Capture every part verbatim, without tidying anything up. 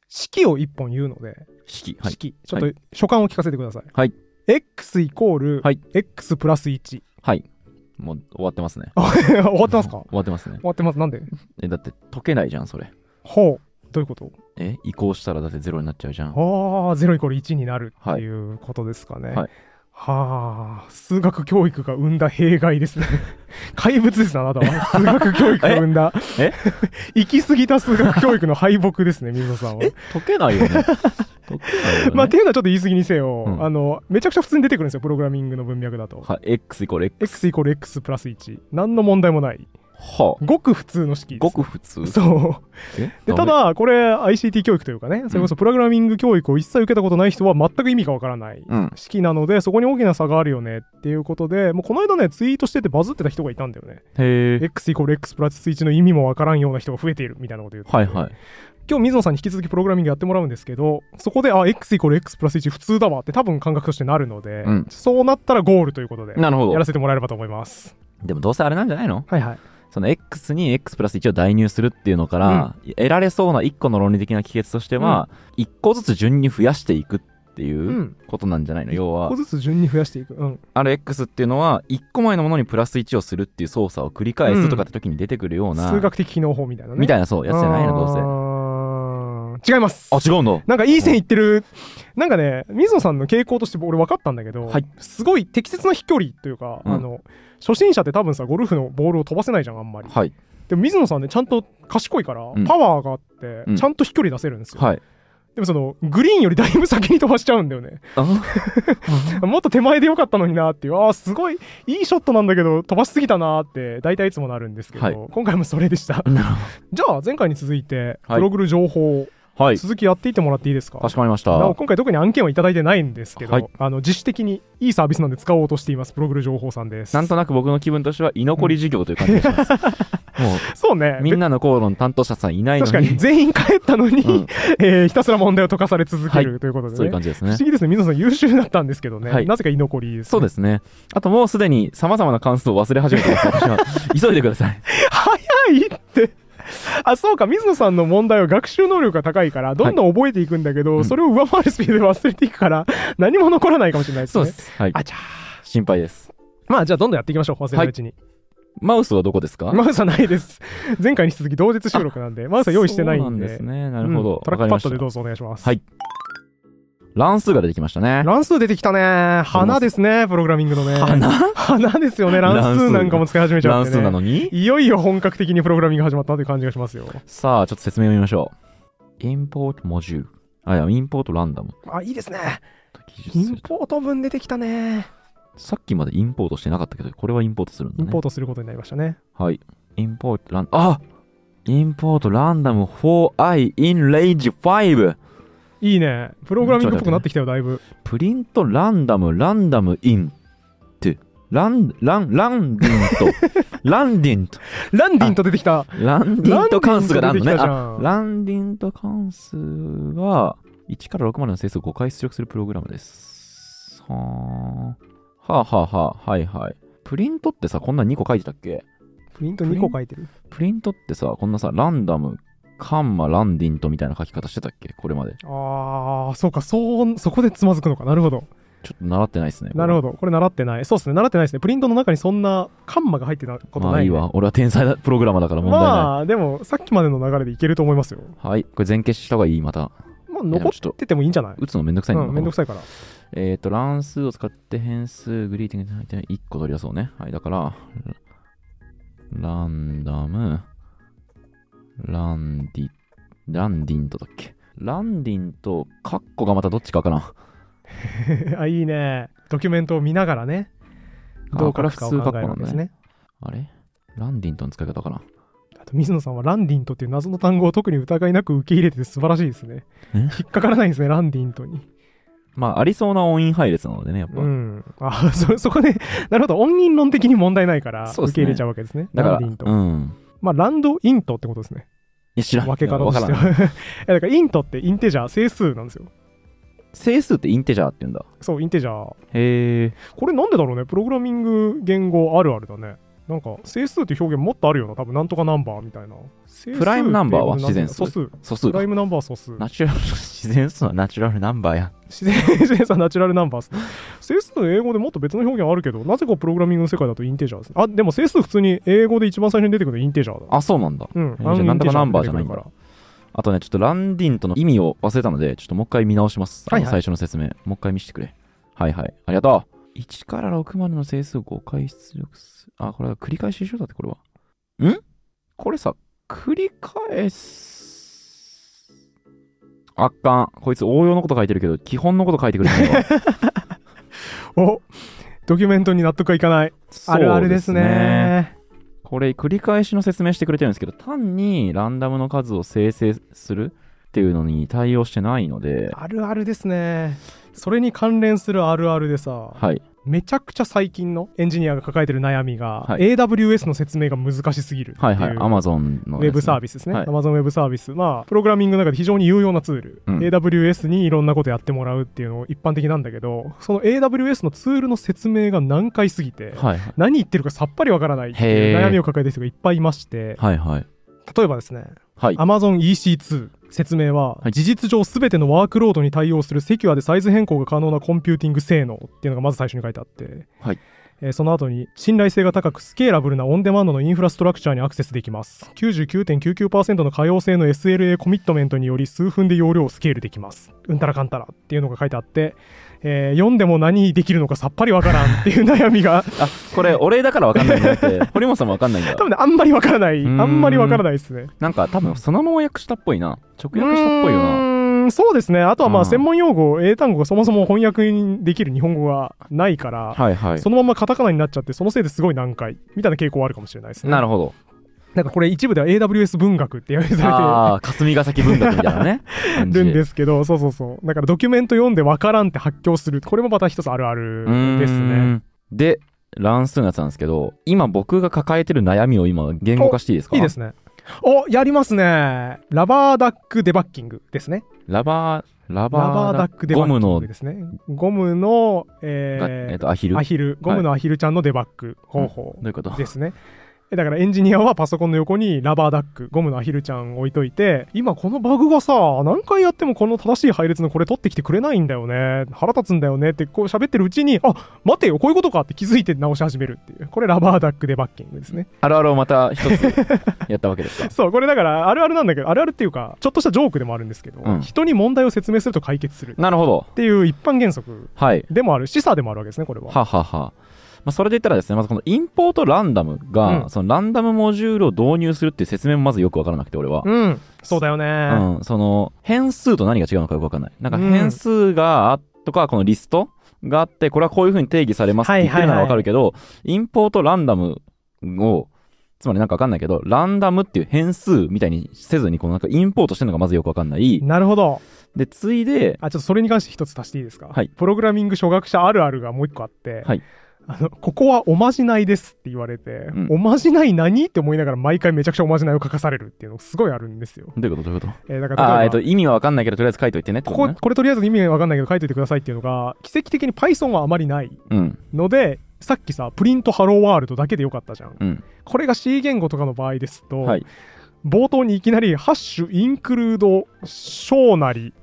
式を一本言うので、 式、はい、 式ちょっと所感を聞かせてください。 はい。 x イコール x プラスいち。 はい。もう終わってますね。 終わってますか？ 終わってますね。 終わってます。なんで？ え、だって解けないじゃん、それ。 ほう。どういうこと？ え、移行したらだってゼロになっちゃうじゃん。 ああ、ゼロイコールいちになるっていうことですかね。はい。はあ、数学教育が生んだ弊害ですね。怪物ですね、あなたは。数学教育が生んだ。 え行き過ぎた数学教育の敗北ですね、水野さんは。 え解けないよね。解けないよね。 まあ、っていうのはちょっと言い過ぎにせよ、 うん、 あの、めちゃくちゃ普通に出てくるんですよ、プログラミングの文脈だと。 はい、x イコール x。 x イコール x プラスいち。何の問題もない。 はあ、 ごく普通の式です。 ごく普通。 そうでただこれ アイシーティー 教育というかね、それこそプログラミング教育を一切受けたことない人は全く意味がわからない式なので、うん、そこに大きな差があるよねっていうことで、もうこの間ねツイートしててバズってた人がいたんだよね。 へー。 x イコール x プラスいちの意味もわからんような人が増えているみたいなこと言ってて、 はいはい、 今日水野さんに引き続きプログラミングやってもらうんですけど、そこであ x イコール x プラスいち普通だわって多分感覚としてなるので、うん、そうなったらゴールということでやらせてもらえればと思います。 でもどうせあれなんじゃないの？ はいはい、 その X に X プラスいちを代入するっていうのから、うん、得られそうないっこの論理的な帰結としては、うん、いっこずつ順に増やしていくっていうことなんじゃないの、うん、要はいっこずつ順に増やしていく、うん、 ある X っていうのはいっこまえのものにプラスいちをするっていう操作を繰り返すとかって時に出てくるような、 うん、数学的機能法みたいなねみたいなそうやつじゃないのどうせ。 違います。 あ、違うんだ。 なんかいい線いってる。なんかね、水野さんの傾向として俺分かったんだけど、はい、すごい適切な飛距離というか、うん、あの初心者って多分さゴルフのボールを飛ばせないじゃんあんまり。はい、でも水野さんねちゃんと賢いから、うん、パワーがあって、うん、ちゃんと飛距離出せるんですよ。はい、でもそのグリーンよりだいぶ先に飛ばしちゃうんだよね。もっと手前でよかったのになっていう、あーすごいいいショットなんだけど飛ばしすぎたなって大体いつもなるんですけど、はい、今回もそれでした。じゃあ前回に続いてプログル情報、はい、続きやっていってもらっていいですか？ かしこまりました。 今回特に案件はいただいてないんですけど、はい、あの自主的にいいサービスなんで使おうとしていますプログル情報さんです。 なんとなく僕の気分としては居残り授業という感じがします、うん、もうそうね、 みんなの口論担当者さんいないのに、 確かに全員帰ったのに、うんえー、ひたすら問題を解かされ続ける、はい、ということでね、 そういう感じですね。 不思議ですね。水野さん優秀だったんですけどね、はい、なぜか居残りです、ね、 そうですね。あともうすでにさまざまな関数を忘れ始めてます私は急いでください。 早いってあ、そうか、水野さんの問題は学習能力が高いからどんどん覚えていくんだけど、はい、それを上回るスピードで忘れていくから何も残らないかもしれないですね。 そうです、はい、 あちゃー心配です。 まあじゃあどんどんやっていきましょう、忘れないうちに、はい、 マウスはどこですか？ マウスはないです。前回に引き続き同日収録なんでマウスは用意してないんで。そうなんですね、 なるほど、うん、 トラックパッドでどうぞお願いします。 はい、乱数が出てきましたね。 乱数出てきたね。花ですね、プログラミングのね。 花花ですよね。乱数なんかも使い始めちゃってね。 乱数なのにいよいよ本格的にプログラミング始まったという感じがしますよ。 さあちょっと説明を見ましょう。インポートモジュール、あ、いやインポートランダム。 あ、いいですね。インポート文出てきたね。 さっきまでインポートしてなかったけど、これはインポートするんだね。 インポートすることになりましたね。 はい。インポートラン、あインポートランダム フォーアイ in range ファイブ。 いいね。プログラミングっぽくなってきたよ、だいぶ。 プリントランダム、ランダムインって、ラン、ラン、ランディント、ランディント。 ランディント出てきた。 ランディント関数があるのね。あ、ランディント関数は、いちからろくまでの整数をごかい出力するプログラムです。はあ。はあはあはあ、はいはい。プリントってさ、こんなにこ書いてたっけ？ プリントにこ書いてる？ プリントってさ、こんなさ、ランダム、カンマ、ランディントみたいな書き方してたっけこれまで。 ああ、そうか、そう、そこでつまずくのか。なるほど。 ちょっと習ってないですね。 なるほど。これ習ってない。そうですね。習ってないですね。プリントの中にそんなカンマが入ってたことない、ね。 まあいいわ。俺は天才だプログラマーだから問題ない。 まあ、でも、さっきまでの流れでいけると思いますよ。 はい。これ全消しした方がいい、また。 まあ、残っててもいいんじゃない？ 打つのめんどくさいんだうん、めんどくさいから。 えっと、乱数を使って変数、グリーティングに入っていっこ取り出そうね。はい。だから、ランダム、ランディ、ランディントだっけ？ランディンとカッコがまたどっちかかな。 あ、いいね。ドキュメントを見ながらね。どう書くかを考えるわけですね。 あれ？ランディントの使い方かな。 あと水野さんはランディントっていう謎の単語を特に疑いなく受け入れてて素晴らしいですね。引っかからないんですね、ランディントに。 まあ、ありそうな音韻配列なのでね、やっぱ。 うん。あ、そ、そこで、なるほど、音韻論的に問題ないから、受け入れちゃうわけですね。 だから、 ランディント。 うん。 まあ、ランドイントってことですね。 いや、知らん。 分け方としては。だから、イントってインテジャー、整数なんですよ。 整数ってインテジャーって言うんだ。 そう、インテジャー。 へえ。 これなんでだろうね。プログラミング言語あるあるだね。 なんか整数っていう表現もっとあるよな、多分なんとかナンバーみたいな。 プライムナンバーは自然数。 素数。 素数。 プライムナンバーは素数。 ナチュラル、自然数はナチュラルナンバーや。 自然数はナチュラルナンバーですね。整数の英語でもっと別の表現あるけど、なぜかプログラミングの世界だとインテージャーですね。あ、でも整数普通に英語で一番最初に出てくるのインテージャーだ。 あ、そうなんだ。 うん。 えー、じゃあなんとかナンバーじゃないんだ。あとね、ちょっとランディントの意味を忘れたので、ちょっともう一回見直します。はいはい、最初の説明。もう一回見せてくれ。はいはい。ありがとう。いちからろくまでの整数をごかい出力する。あ、これは繰り返し一緒だって、これは。んこれさ、繰り返す。あっかん。こいつ応用のこと書いてるけど、基本のこと書いてくれないわ。 お、ドキュメントに納得がいかない。あるあるですね。 これ、繰り返しの説明してくれてるんですけど、単にランダムの数を生成するっていうのに対応してないので。 あるあるですね。それに関連するあるあるでさ、 はい、 めちゃくちゃ最近のエンジニアが抱えてる悩みが、はい、エーダブリューエス の説明が難しすぎるっていう、はいはい、 Amazon の、 ね、ウェブサービスですね、はい、Amazon ウェブサービス、まあプログラミングの中で非常に有用なツール、うん、エーダブリューエス にいろんなことやってもらうっていうの一般的なんだけど、その エーダブリューエス のツールの説明が難解すぎて、はいはい、何言ってるかさっぱりわからないっていう悩みを抱えてる人がいっぱいいまして、はいはい、例えばですね、はい、Amazon イーシーツー説明は、はい、事実上すべてのワークロードに対応するセキュアでサイズ変更が可能なコンピューティング性能っていうのがまず最初に書いてあって、はい、えー、その後に信頼性が高くスケーラブルなオンデマンドのインフラストラクチャーにアクセスできます。 きゅうじゅうきゅうてんきゅうきゅうパーセント の可用性の エスエルエー コミットメントにより数分で容量をスケールできます。うんたらかんたらっていうのが書いてあって、えー、読んでも何できるのかさっぱりわからんっていう悩みがあ、これお礼だからわかんないんじゃなくて堀本さんもわかんないんだ。 多分ね、あんまりわからないあんまりわからないですね。 なんか多分そのまま訳したっぽいな、直訳したっぽいよな。 うーん、そうですね。あとはまあ専門用語、英単語がそもそも翻訳にできる日本語がないから、はいはい、そのままカタカナになっちゃって、そのせいですごい難解みたいな傾向はあるかもしれないですね。 なるほど。 なんかこれ一部では エーダブリューエス 文学って言われてああ、霞が関文学みたいなねるんですけど、そうそうそう。だからドキュメント読んでわからんって発狂する、これもまた一つあるあるですね。 で、乱数のやつなんですけど、今僕が抱えてる悩みを今言語化していいですか？ いいですね。お、やりますね。ラバーダックデバッキングですね。 ラバーラバー, ラバーダックデバッキングですね。ゴムの、えーえー、とアヒルアヒルゴムのアヒルちゃんのデバッグ方法ですね。はい、うん、どういうことですね。だからエンジニアはパソコンの横にラバーダック、ゴムのアヒルちゃんを置いといて、今このバグがさ、何回やってもこの正しい配列のこれ取ってきてくれないんだよね、腹立つんだよねってこう喋ってるうちに、あ、待てよ、こういうことかって気づいて直し始めるっていう、これラバーダックデバッキングですね。 あるあるをまた一つやったわけですか。 そう、これだからあるあるなんだけど、あるあるっていうかちょっとしたジョークでもあるんですけど、うん、人に問題を説明すると解決する。 なるほど。 っていう一般原則でもある、はい、示唆でもあるわけですね、これは。 ははは。まあ、それで言ったらですね、まずこのインポートランダムが、うん、そのランダムモジュールを導入するっていう説明もまずよく分からなくて、俺は。 うん、そうだよね。 うん、その変数と何が違うのかよく分からない。なんか変数があとか、このリストがあって、これはこういう風に定義されますって言ってるなら分かるけど、はいはいはい、インポートランダムを、つまりなんか分かんないけど、ランダムっていう変数みたいにせずに、このなんかインポートしてるのがまずよく分かんない。 なるほど。 で、ついで、 あ、ちょっとそれに関して一つ足していいですか？ はい。 プログラミング初学者あるあるがもう一個あって、 はい。 あのここはおまじないですって言われて、うん、おまじない何って思いながら毎回めちゃくちゃおまじないを書かされるっていうのすごいあるんですよ。 どういうことどういうこと？ えー、だからあ、えっと意味は分かんないけどとりあえず書いといてねってことね。 こここれとりあえず意味は分かんないけど書いといてくださいっていうのが奇跡的に Python はあまりないので、うん、さっきさプリントハローワールドだけでよかったじゃん、うん、これが C 言語とかの場合ですと、はい、冒頭にいきなりハッシュインクルード小なり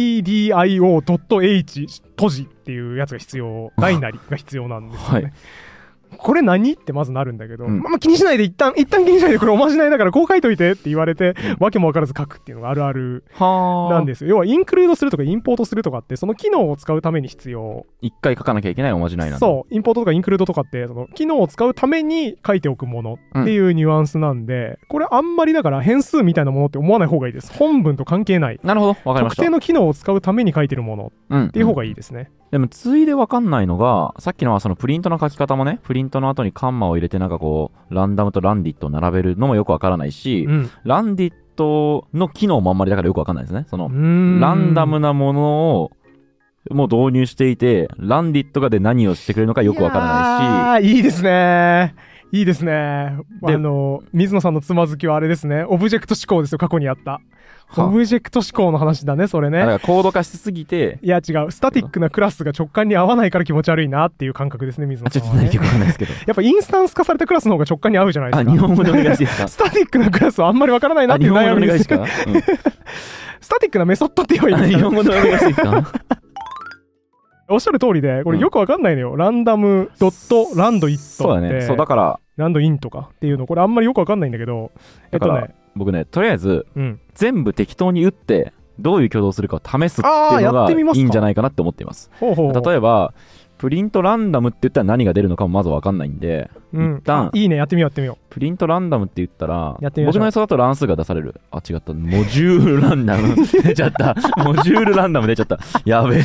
stdio.h 閉じっていうやつが必要、大なりが必要なんですよね。はい、これ何ってまずなるんだけど、うん、まあ、気にしないで一旦一旦気にしないでこれおまじないだからこう書いといてって言われて、うん、わけも分からず書くっていうのがあるあるなんですよ。要はインクルードするとかインポートするとかってその機能を使うために必要。 一回書かなきゃいけないおまじないなんだ。 そう、インポートとかインクルードとかってその機能を使うために書いておくものっていうニュアンスなんで、うん、これあんまりだから変数みたいなものって思わない方がいいです。本文と関係ない。 なるほど、わかりました。 特定の機能を使うために書いてるものっていう方がいいですね。うんうん、 でもついでわかんないのが、さっきのはそのプリントの書き方もね、プリントの後にカンマを入れてなんかこうランダムとランディットを並べるのもよくわからないし、うん、ランディットの機能もあんまりだからよくわかんないですね。そのランダムなものをもう導入していて、ランディットがで何をしてくれるのかよくわからないし。 いやー、いいですね。 いいですね。あの水野さんのつまずきはあれですね、オブジェクト思考ですよ。過去にあったオブジェクト思考の話だね、それね。 だからコード化しすぎて、 いや違う、スタティックなクラスが直感に合わないから気持ち悪いなっていう感覚ですね、水野さんは、ね。 あ、ちょっと何かわかんないですけどやっぱインスタンス化されたクラスの方が直感に合うじゃないですか。 あ、日本語でお願いしていいですか。 スタティックなクラスはあんまりわからないなっていう悩みです。 日本語でお願いしますか、うん、 スタティックなメソッドって言えばいいですか。 日本語でお願いしていいですか。 おっしゃる通りで、これよくわかんないのよ、うん、ランダムドットランドイットって。 そうだね。そうだからランドインとかっていうの、これあんまりよくわかんないんだけど、えっとね、 僕ね、とりあえず、うん、全部適当に打ってどういう挙動をするかを試すっていうのがいいんじゃないかなって思っています。 ほうほうほう。 例えばプリントランダムって言ったら何が出るのかもまず分かんないんで、うん、一旦いいね、やってみようやってみよう。 プリントランダムって言ったら僕の予想だと乱数が出される。あ、違った、モジュールランダム出ちゃったモジュールランダム出ちゃった。やべえ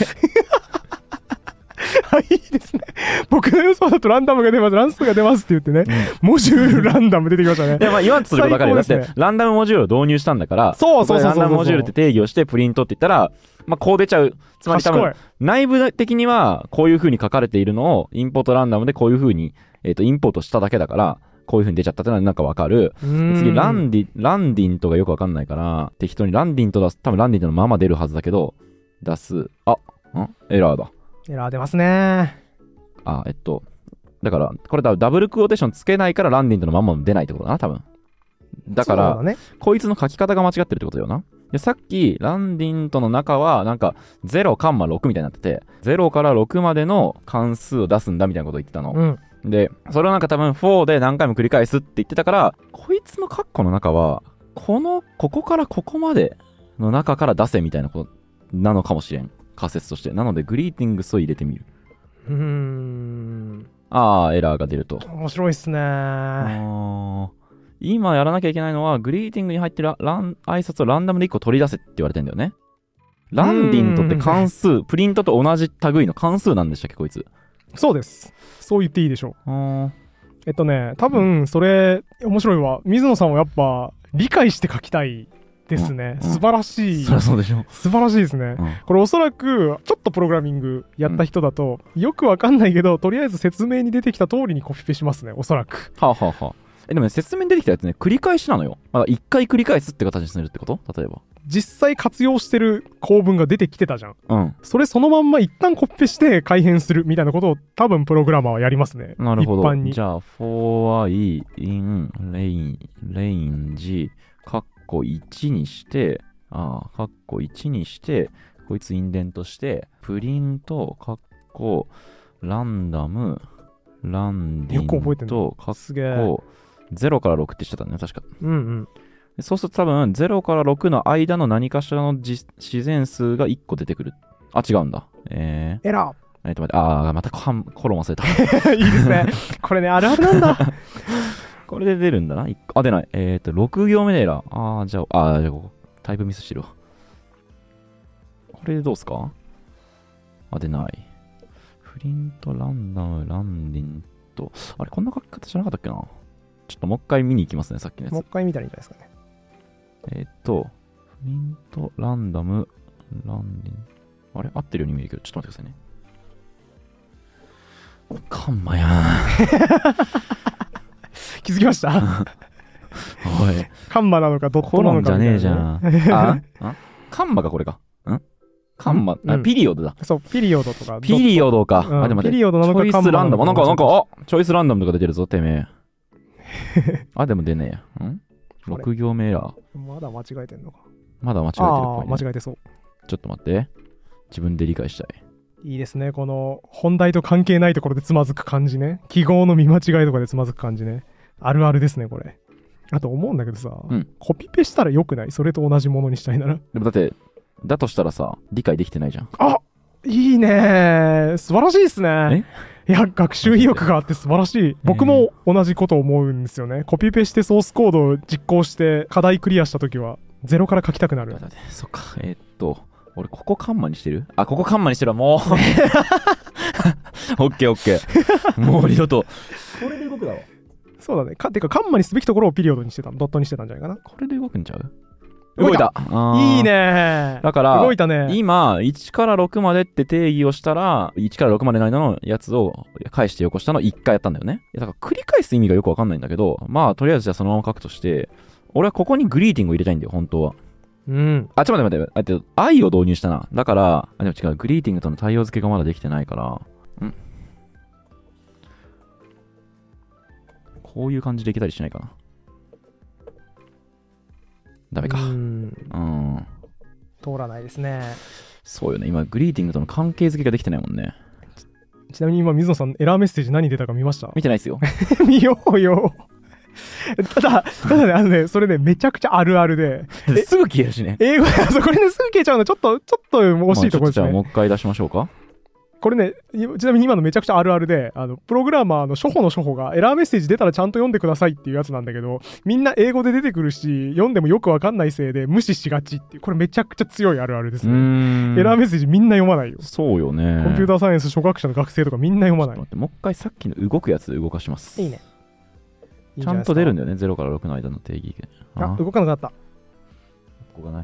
いいですね。僕の予想だとランダムが出ます、乱数が出ますって言ってね、うん、モジュールランダム出てきましたね。 いや、まあ言わんとすることばかりだって、ランダムモジュールを導入したんだから、 そうそうそうそうそう、 ランダムモジュールって定義をしてプリントって言ったら、まあこう出ちゃう。つまり多分内部的にはこういう風に書かれているのをインポートランダムでこういう風に、えーと、インポートしただけだから、こういう風に出ちゃったってのはなんかわかる。次ランディランディントがよくわかんないから適当にランディント出す。多分ランディントのまま出るはずだけど出す。あ、んエラーだ。 エラー出ますね。 あ、えっとだからこれダブルクオーテーションつけないからランディントのまま出ないってことだな多分。だから、ね、こいつの書き方が間違ってるってことよな。でさっきランディントの中はなんかゼロカンマろくみたいになってて、ゼロからろくまでの関数を出すんだみたいなことを言ってたの、うん、でそれをなんか多分フォーで何回も繰り返すって言ってたから、こいつのカッコの中はこのここからここまでの中から出せみたいなことなのかもしれん、仮説として。なのでグリーティングスを入れてみる。 うーん、 あーエラーが出ると。 面白いっすね。 あ今やらなきゃいけないのはグリーティングに入ってるラン挨拶をランダムでいっこ取り出せって言われてんだよね。ランディントって関数、プリントと同じ類の関数なんでしたっけこいつ。 そうです、そう言っていいでしょう。えっとね多分それ面白いわ。水野さんはやっぱ理解して書きたいですね、うん、素晴らしい。 そりゃそうでしょ。 素晴らしいですね、うん、これおそらくちょっとプログラミングやった人だと、うん、よくわかんないけどとりあえず説明に出てきた通りにコピペしますね、おそらく。 はあはあはあ。えでもね、説明に出てきたやつね、繰り返しなのよ。まだいっかい繰り返すって形にするってこと？例えば実際活用してる構文が出てきてたじゃん、 うん、 それそのまんま一旦コピペして改変するみたいなことを多分プログラマーはやりますね。 なるほど。 一般にじゃあ for i in range range カッコいちにして、ああカッコいちにしてこいつインデントしてプリントカッコランダムランディントカッコゼロからろくってしてたんだね確か。 うんうん。 そうすると多分ゼロからろくの間の何かしらの自然数がいっこ出てくる。あ、違うんだ。えー、エラー。 えっと待って、あー、またコロン忘れた。 いいですね。これね、あるあるなんだ。 これで出るんだな。あ、出ない。えっと、ろく行目でエラー。あー、じゃあ、あー、じゃあここ、タイプミスしてるわ。これでどうすか？あ、出ない。プリント、ランダム、ランディント。あれ、こんな書き方じゃなかったっけな？ちょっともう一回見に行きますね、さっきのやつ。 もう一回見たらいいんじゃないですかね。 えっと、プリント、ランダム、ランディン。あれ合ってるように見えるけど、ちょっと待ってくださいね。カンマやん。 気づきましたおい。 カンマなのかドットなのかみたいな、ね。 コロンじゃねえじゃん。ああカンマがこれか。んカンマ、うん、あ、ピリオドだ。 そう、ピリオドとか。 ピリオドか。 うん、 あ、でもピリオドなのかチョイスランダム。なんか、なんか、あチョイスランダムとか出てるぞ、てめえ。あ、でも出ねえや。ん ?ろく 行目エラー。 まだ間違えてんのか。 まだ間違えてるっぽい、ね。 間違えてそう。 ちょっと待って。自分で理解したい。 いいですね。この本題と関係ないところでつまずく感じね。記号の見間違いとかでつまずく感じね。あるあるですね、これ。あと思うんだけどさ、うん、コピペしたらよくない？それと同じものにしたいなら。 でもだって、だとしたらさ、理解できてないじゃん。 あいいね。素晴らしいですね。いや、学習意欲があって素晴らしい。僕も同じこと思うんですよね。コピペしてソースコードを実行して課題クリアしたときはゼロから書きたくなる。 そっか。えー、っと、俺ここカンマにしてる？あ、ここカンマにしてるわ、もう。オッケーオッケー。もう二度と。これで動くだろ。 そうだね。かてかカンマにすべきところをピリオドにしてたの。ドットにしてたんじゃないかな。 これで動くんちゃう？ 動いた。 いいね。 だから、 動いたね。 今、いちからろくまでって定義をしたら、いちからろくまでの間のやつを返してよこしたのをいっかいやったんだよね。だから繰り返す意味がよくわかんないんだけど、まあ、とりあえずじゃあそのまま書くとして、俺はここにグリーティングを入れたいんだよ、本当は。 うん。 あ、ちょっと待って待って、待って、愛を導入したな。だから、あ、でも違う、グリーティングとの対応付けがまだできてないから、んこういう感じでいけたりしないかな。ダメか。うん。うん。 通らないですね。 そうよね。今、グリーティングとの関係付けができてないもんね。 ち, ちなみに今、水野さん、エラーメッセージ何出たか見ました？ 見てないですよ。 見ようよ。ただ、ただね、あのね、それね、めちゃくちゃあるあるで。 すぐ消えるしね。 英語で、そこでね、すぐ消えちゃうの、ちょっと、ちょっと惜しいところですね。まあ、 じゃあもう一回出しましょうか。 これね、ちなみに今のめちゃくちゃあるあるで、あの、プログラマーの初歩の初歩がエラーメッセージ出たらちゃんと読んでくださいっていうやつなんだけど、みんな英語で出てくるし、読んでもよくわかんないせいで無視しがちっていう、これめちゃくちゃ強いあるあるですね。エラーメッセージみんな読まないよ。 そうよね。 コンピューターサイエンス初学者の学生とかみんな読まない。 待って、もう一回さっきの動くやつ動かします。 いいね。いいちゃんと出るんだよね、ゼロからろくの間の定義が。あ、動かなかった。 ここがない。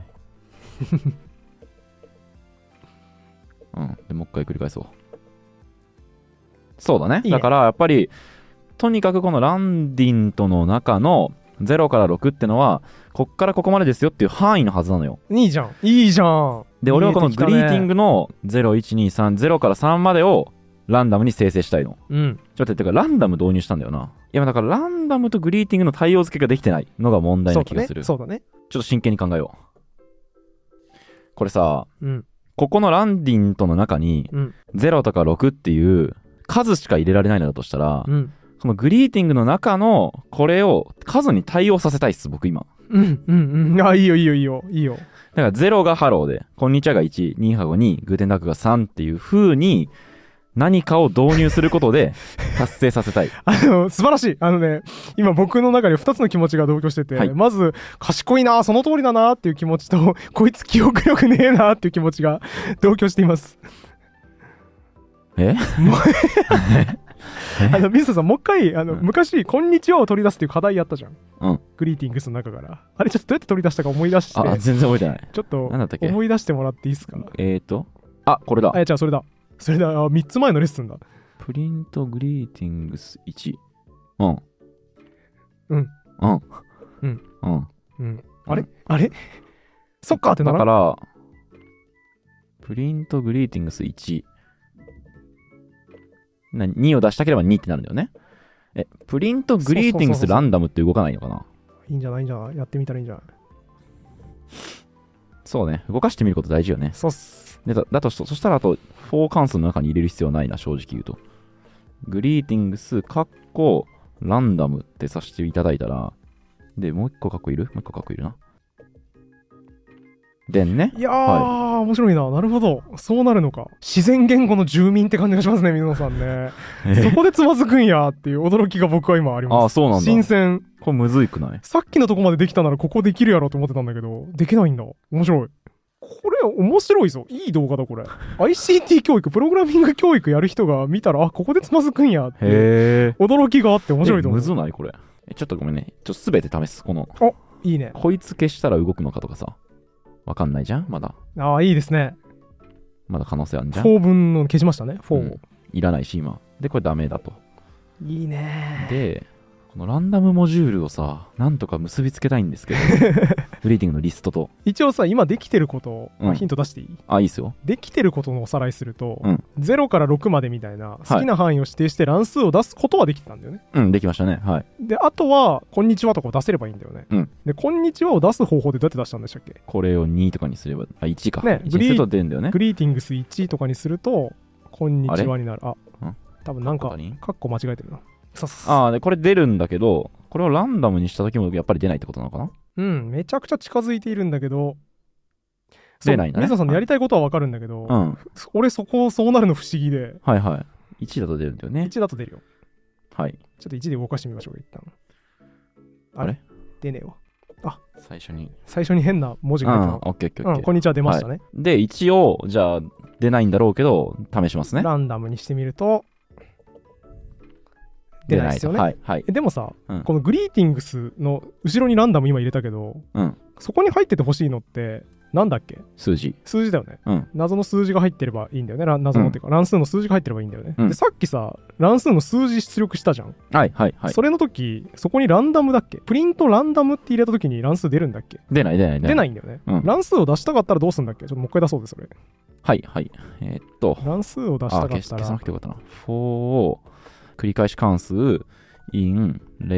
うん。で、もう一回繰り返そう。そうだね。いいね。だからやっぱりとにかくこのランディントの中のゼロからろくってのはこっからここまでですよっていう範囲のはずなのよ。 いいじゃんいいじゃん。 で、俺はこのグリーティングのゼロいちにさんゼロからさんまでをランダムに生成したいの。 うん。 ちょっと待って、てかランダム導入したんだよな。いやだからランダムとグリーティングの対応付けができてないのが問題な気がする。 そうだね。そうだね。 ちょっと真剣に考えよう。これさ、 うん、 ここのランディントの中にゼロとかろくっていう数しか入れられないのだとしたら、うん、そのグリーティングの中のこれを数に対応させたいっす僕今。 うんうんうん。あ、いいよいいよいいよいいよ。 だからゼロがハローで、こんにちはがいち、ニーハゴに、グーテンダックがさんっていう風に何かを導入することで達成させたい。 あの素晴らしい。あのね、今僕の中でふたつの気持ちが同居してて、はい、まず賢いな、その通りだなっていう気持ちと、こいつ記憶力ねえなっていう気持ちが同居しています。 えあの水田さんもう一回あの、うん、昔「こんにちは」を取り出すっていう課題やったじゃん、 うん、 グリーティングスの中からあれちょっとどうやって取り出したか思い出して。 あ、全然覚えてない。 ちょっと思い出してもらっていいですか。 えーとあ、これだ。 あ、じゃあそれだそれだ。あ、みっつまえのレッスンだ。 プリントグリーティングスいち。うんうんうんうんうんうんあれあれそっかってならだからプリントグリーティングスいちなにを出したければにってなるんだよね。え、プリントグリーティングスランダムって動かないのかな。 いいんじゃないいいんじゃないやってみたらいいんじゃない。 そうね、動かしてみること大事よね。 そうっす。 で だ, だとそしたらあとフォー関数の中に入れる必要はないな、正直言うと。グリーティングスカッコランダムってさせていただいたら、でもう一個カッコいるもう一個カッコいるな。でんね。 いやー、はい、面白いな。なるほど。そうなるのか。自然言語の住民って感じがしますね、水野さんね。そこでつまずくんやっていう驚きが僕は今あります。 ああ、そうなんだ。 新鮮。 これむずいくない？ さっきのとこまでできたならここできるやろと思ってたんだけど、できないんだ。面白い。これ面白いぞ。いい動画だこれ。アイシーティー 教育、プログラミング教育やる人が見たら、あ、ここでつまずくんやっていう驚きがあって面白いと思う。 むずないこれ。え、ちょっとごめんね。ちょっとすべて試す。この。 あ、いいね。 こいつ消したら動くのかとかさ。わかんないじゃんまだ。 ああ、いいですね。 まだ可能性あるじゃん。 よん分の消しましたね。よん、うん、 いらないし今。でこれダメだと。 いいね。 でこのランダムモジュールをさ、なんとか結びつけたいんですけどグリーティングのリストと一応さ、今できてることを、うん、ヒント出していい？ あ、いいっすよ。 できてることのおさらいすると、 うん、 ゼロからろくまでみたいな好きな範囲を指定して乱数を出すことはできてたんだよね。 うん、できましたね。はい。 であとはこんにちはとかを出せればいいんだよね。 うん、 でこんにちはを出す方法でどうやって出したんでしたっけ？ これをにとかにすれば、あ、いちか、 ね、 いちにすると出るんだよね。 グリーティングスいちとかにするとこんにちはになる。あ、 うん、 多分なんかカッコ間違えてるな。 ああ、でこれ出るんだけど、これをランダムにした時もやっぱり出ないってことなのかな。 うん、めちゃくちゃ近づいているんだけど出ないんだね。 水田さんのやりたいことは分かるんだけど、 うん、 俺そこそうなるの不思議で。 はいはい。いちだと出るんだよね。 いちだと出るよ。 はい。 ちょっといちで動かしてみましょう一旦。 あれ出ねえわ。あ、 最初に最初に変な文字が出たの。 オッケーオッケーオッケー。 こんにちは出ましたね、 はい、で一応じゃあ出ないんだろうけど試しますね。 ランダムにしてみると出ないですよね。 はいはい、 でもさ、 うん、 このグリーティングスの後ろにランダム今入れたけど、 うん、 そこに入っててほしいのってなんだっけ？ 数字。 数字だよね、 うん、 謎の数字が入ってればいいんだよね。謎のっていうか、うん、乱数の数字が入ってればいいんだよね、 うん、 でさっきさ乱数の数字出力したじゃん。 はいはいはい。 それの時そこにランダムだっけ？プリントランダムって入れた時に乱数出るんだっけ？ 出ない出ない出ないんだよね、うん、乱数を出したかったらどうするんだっけ？ちょっともう一回出そうでそれ。 はいはい。えー、っと乱数を出したかったら消さなくてよかったな。for 繰り返し関数 in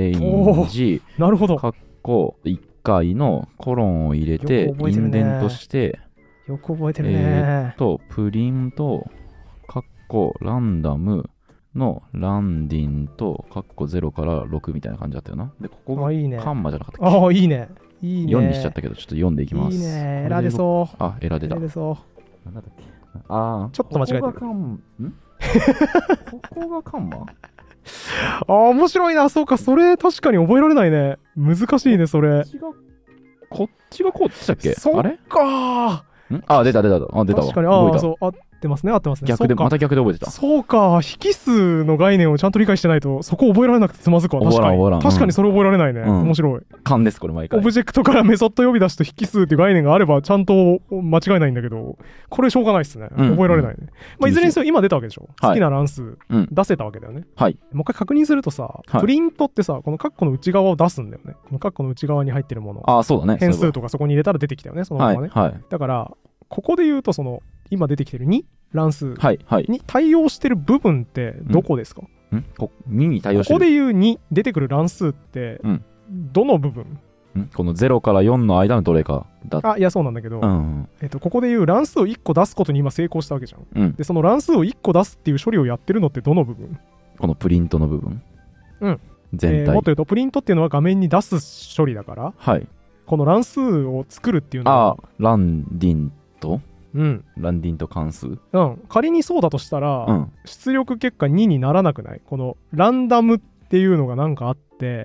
range なるほど。 括弧いっかいのコロンを入れてインデントしてよく覚えてるね。 えー、っとプリント括弧ランダムのランディンと括弧ゼロからろくみたいな感じだったよな。でここがカンマじゃなかったっけ？ ああいいね。いいね。 よんにしちゃったけどちょっとよんでいきます。 いいね。エラー出そう。 あエラー出た。 エラー出そう。 なんだっけ？ああちょっと間違えてる。 ここがカンんここがカンマ？ ああ面白いな。そうかそれ確かに覚えられないね。難しいねそれ。 こっちがこっちだっけ？ そっかー。んあ出た出たあ出たわ。 確かにああそう合ってますね合ってますね。 逆でまた逆で覚えてた。 そうか引数の概念をちゃんと理解してないとそこ覚えられなくてつまずくわ。確かに確かにそれ覚えられないね。面白い。 勘ですこれ毎回。 オブジェクトからメソッド呼び出しと引数っていう概念があればちゃんと間違いないんだけどこれしょうがないっすね。覚えられないね。まあいずれにせよ今出たわけでしょ。好きな乱数出せたわけだよね。 はいもう一回確認するとさプリントってさこのカッコの内側を出すんだよね。このカッコの内側に入ってるもの。 あそうだね。 変数とかそこに入れたら出てきたよねそのままね。だからここで言うとその今出てきてるに乱数に対応してる部分ってどこですか？ んこにに対応してる。 ここで言うに出てくる乱数ってどの部分？ んこのゼロからよんの間のどれかだ。 あいやそうなんだけど、 うん、 えっと、ここで言う乱数をいっこ出すことに今成功したわけじゃん、 うん、 でその乱数をいっこ出すっていう処理をやってるのってどの部分？ このプリントの部分。 うん全体、 えー、もっと言うとプリントっていうのは画面に出す処理だから、 はい、 この乱数を作るっていうのはあランディンとうん、 ランディンと関数、 うん、仮にそうだとしたら、 うん、 出力結果ににならなくない？このランダムっていうのがなんかあって、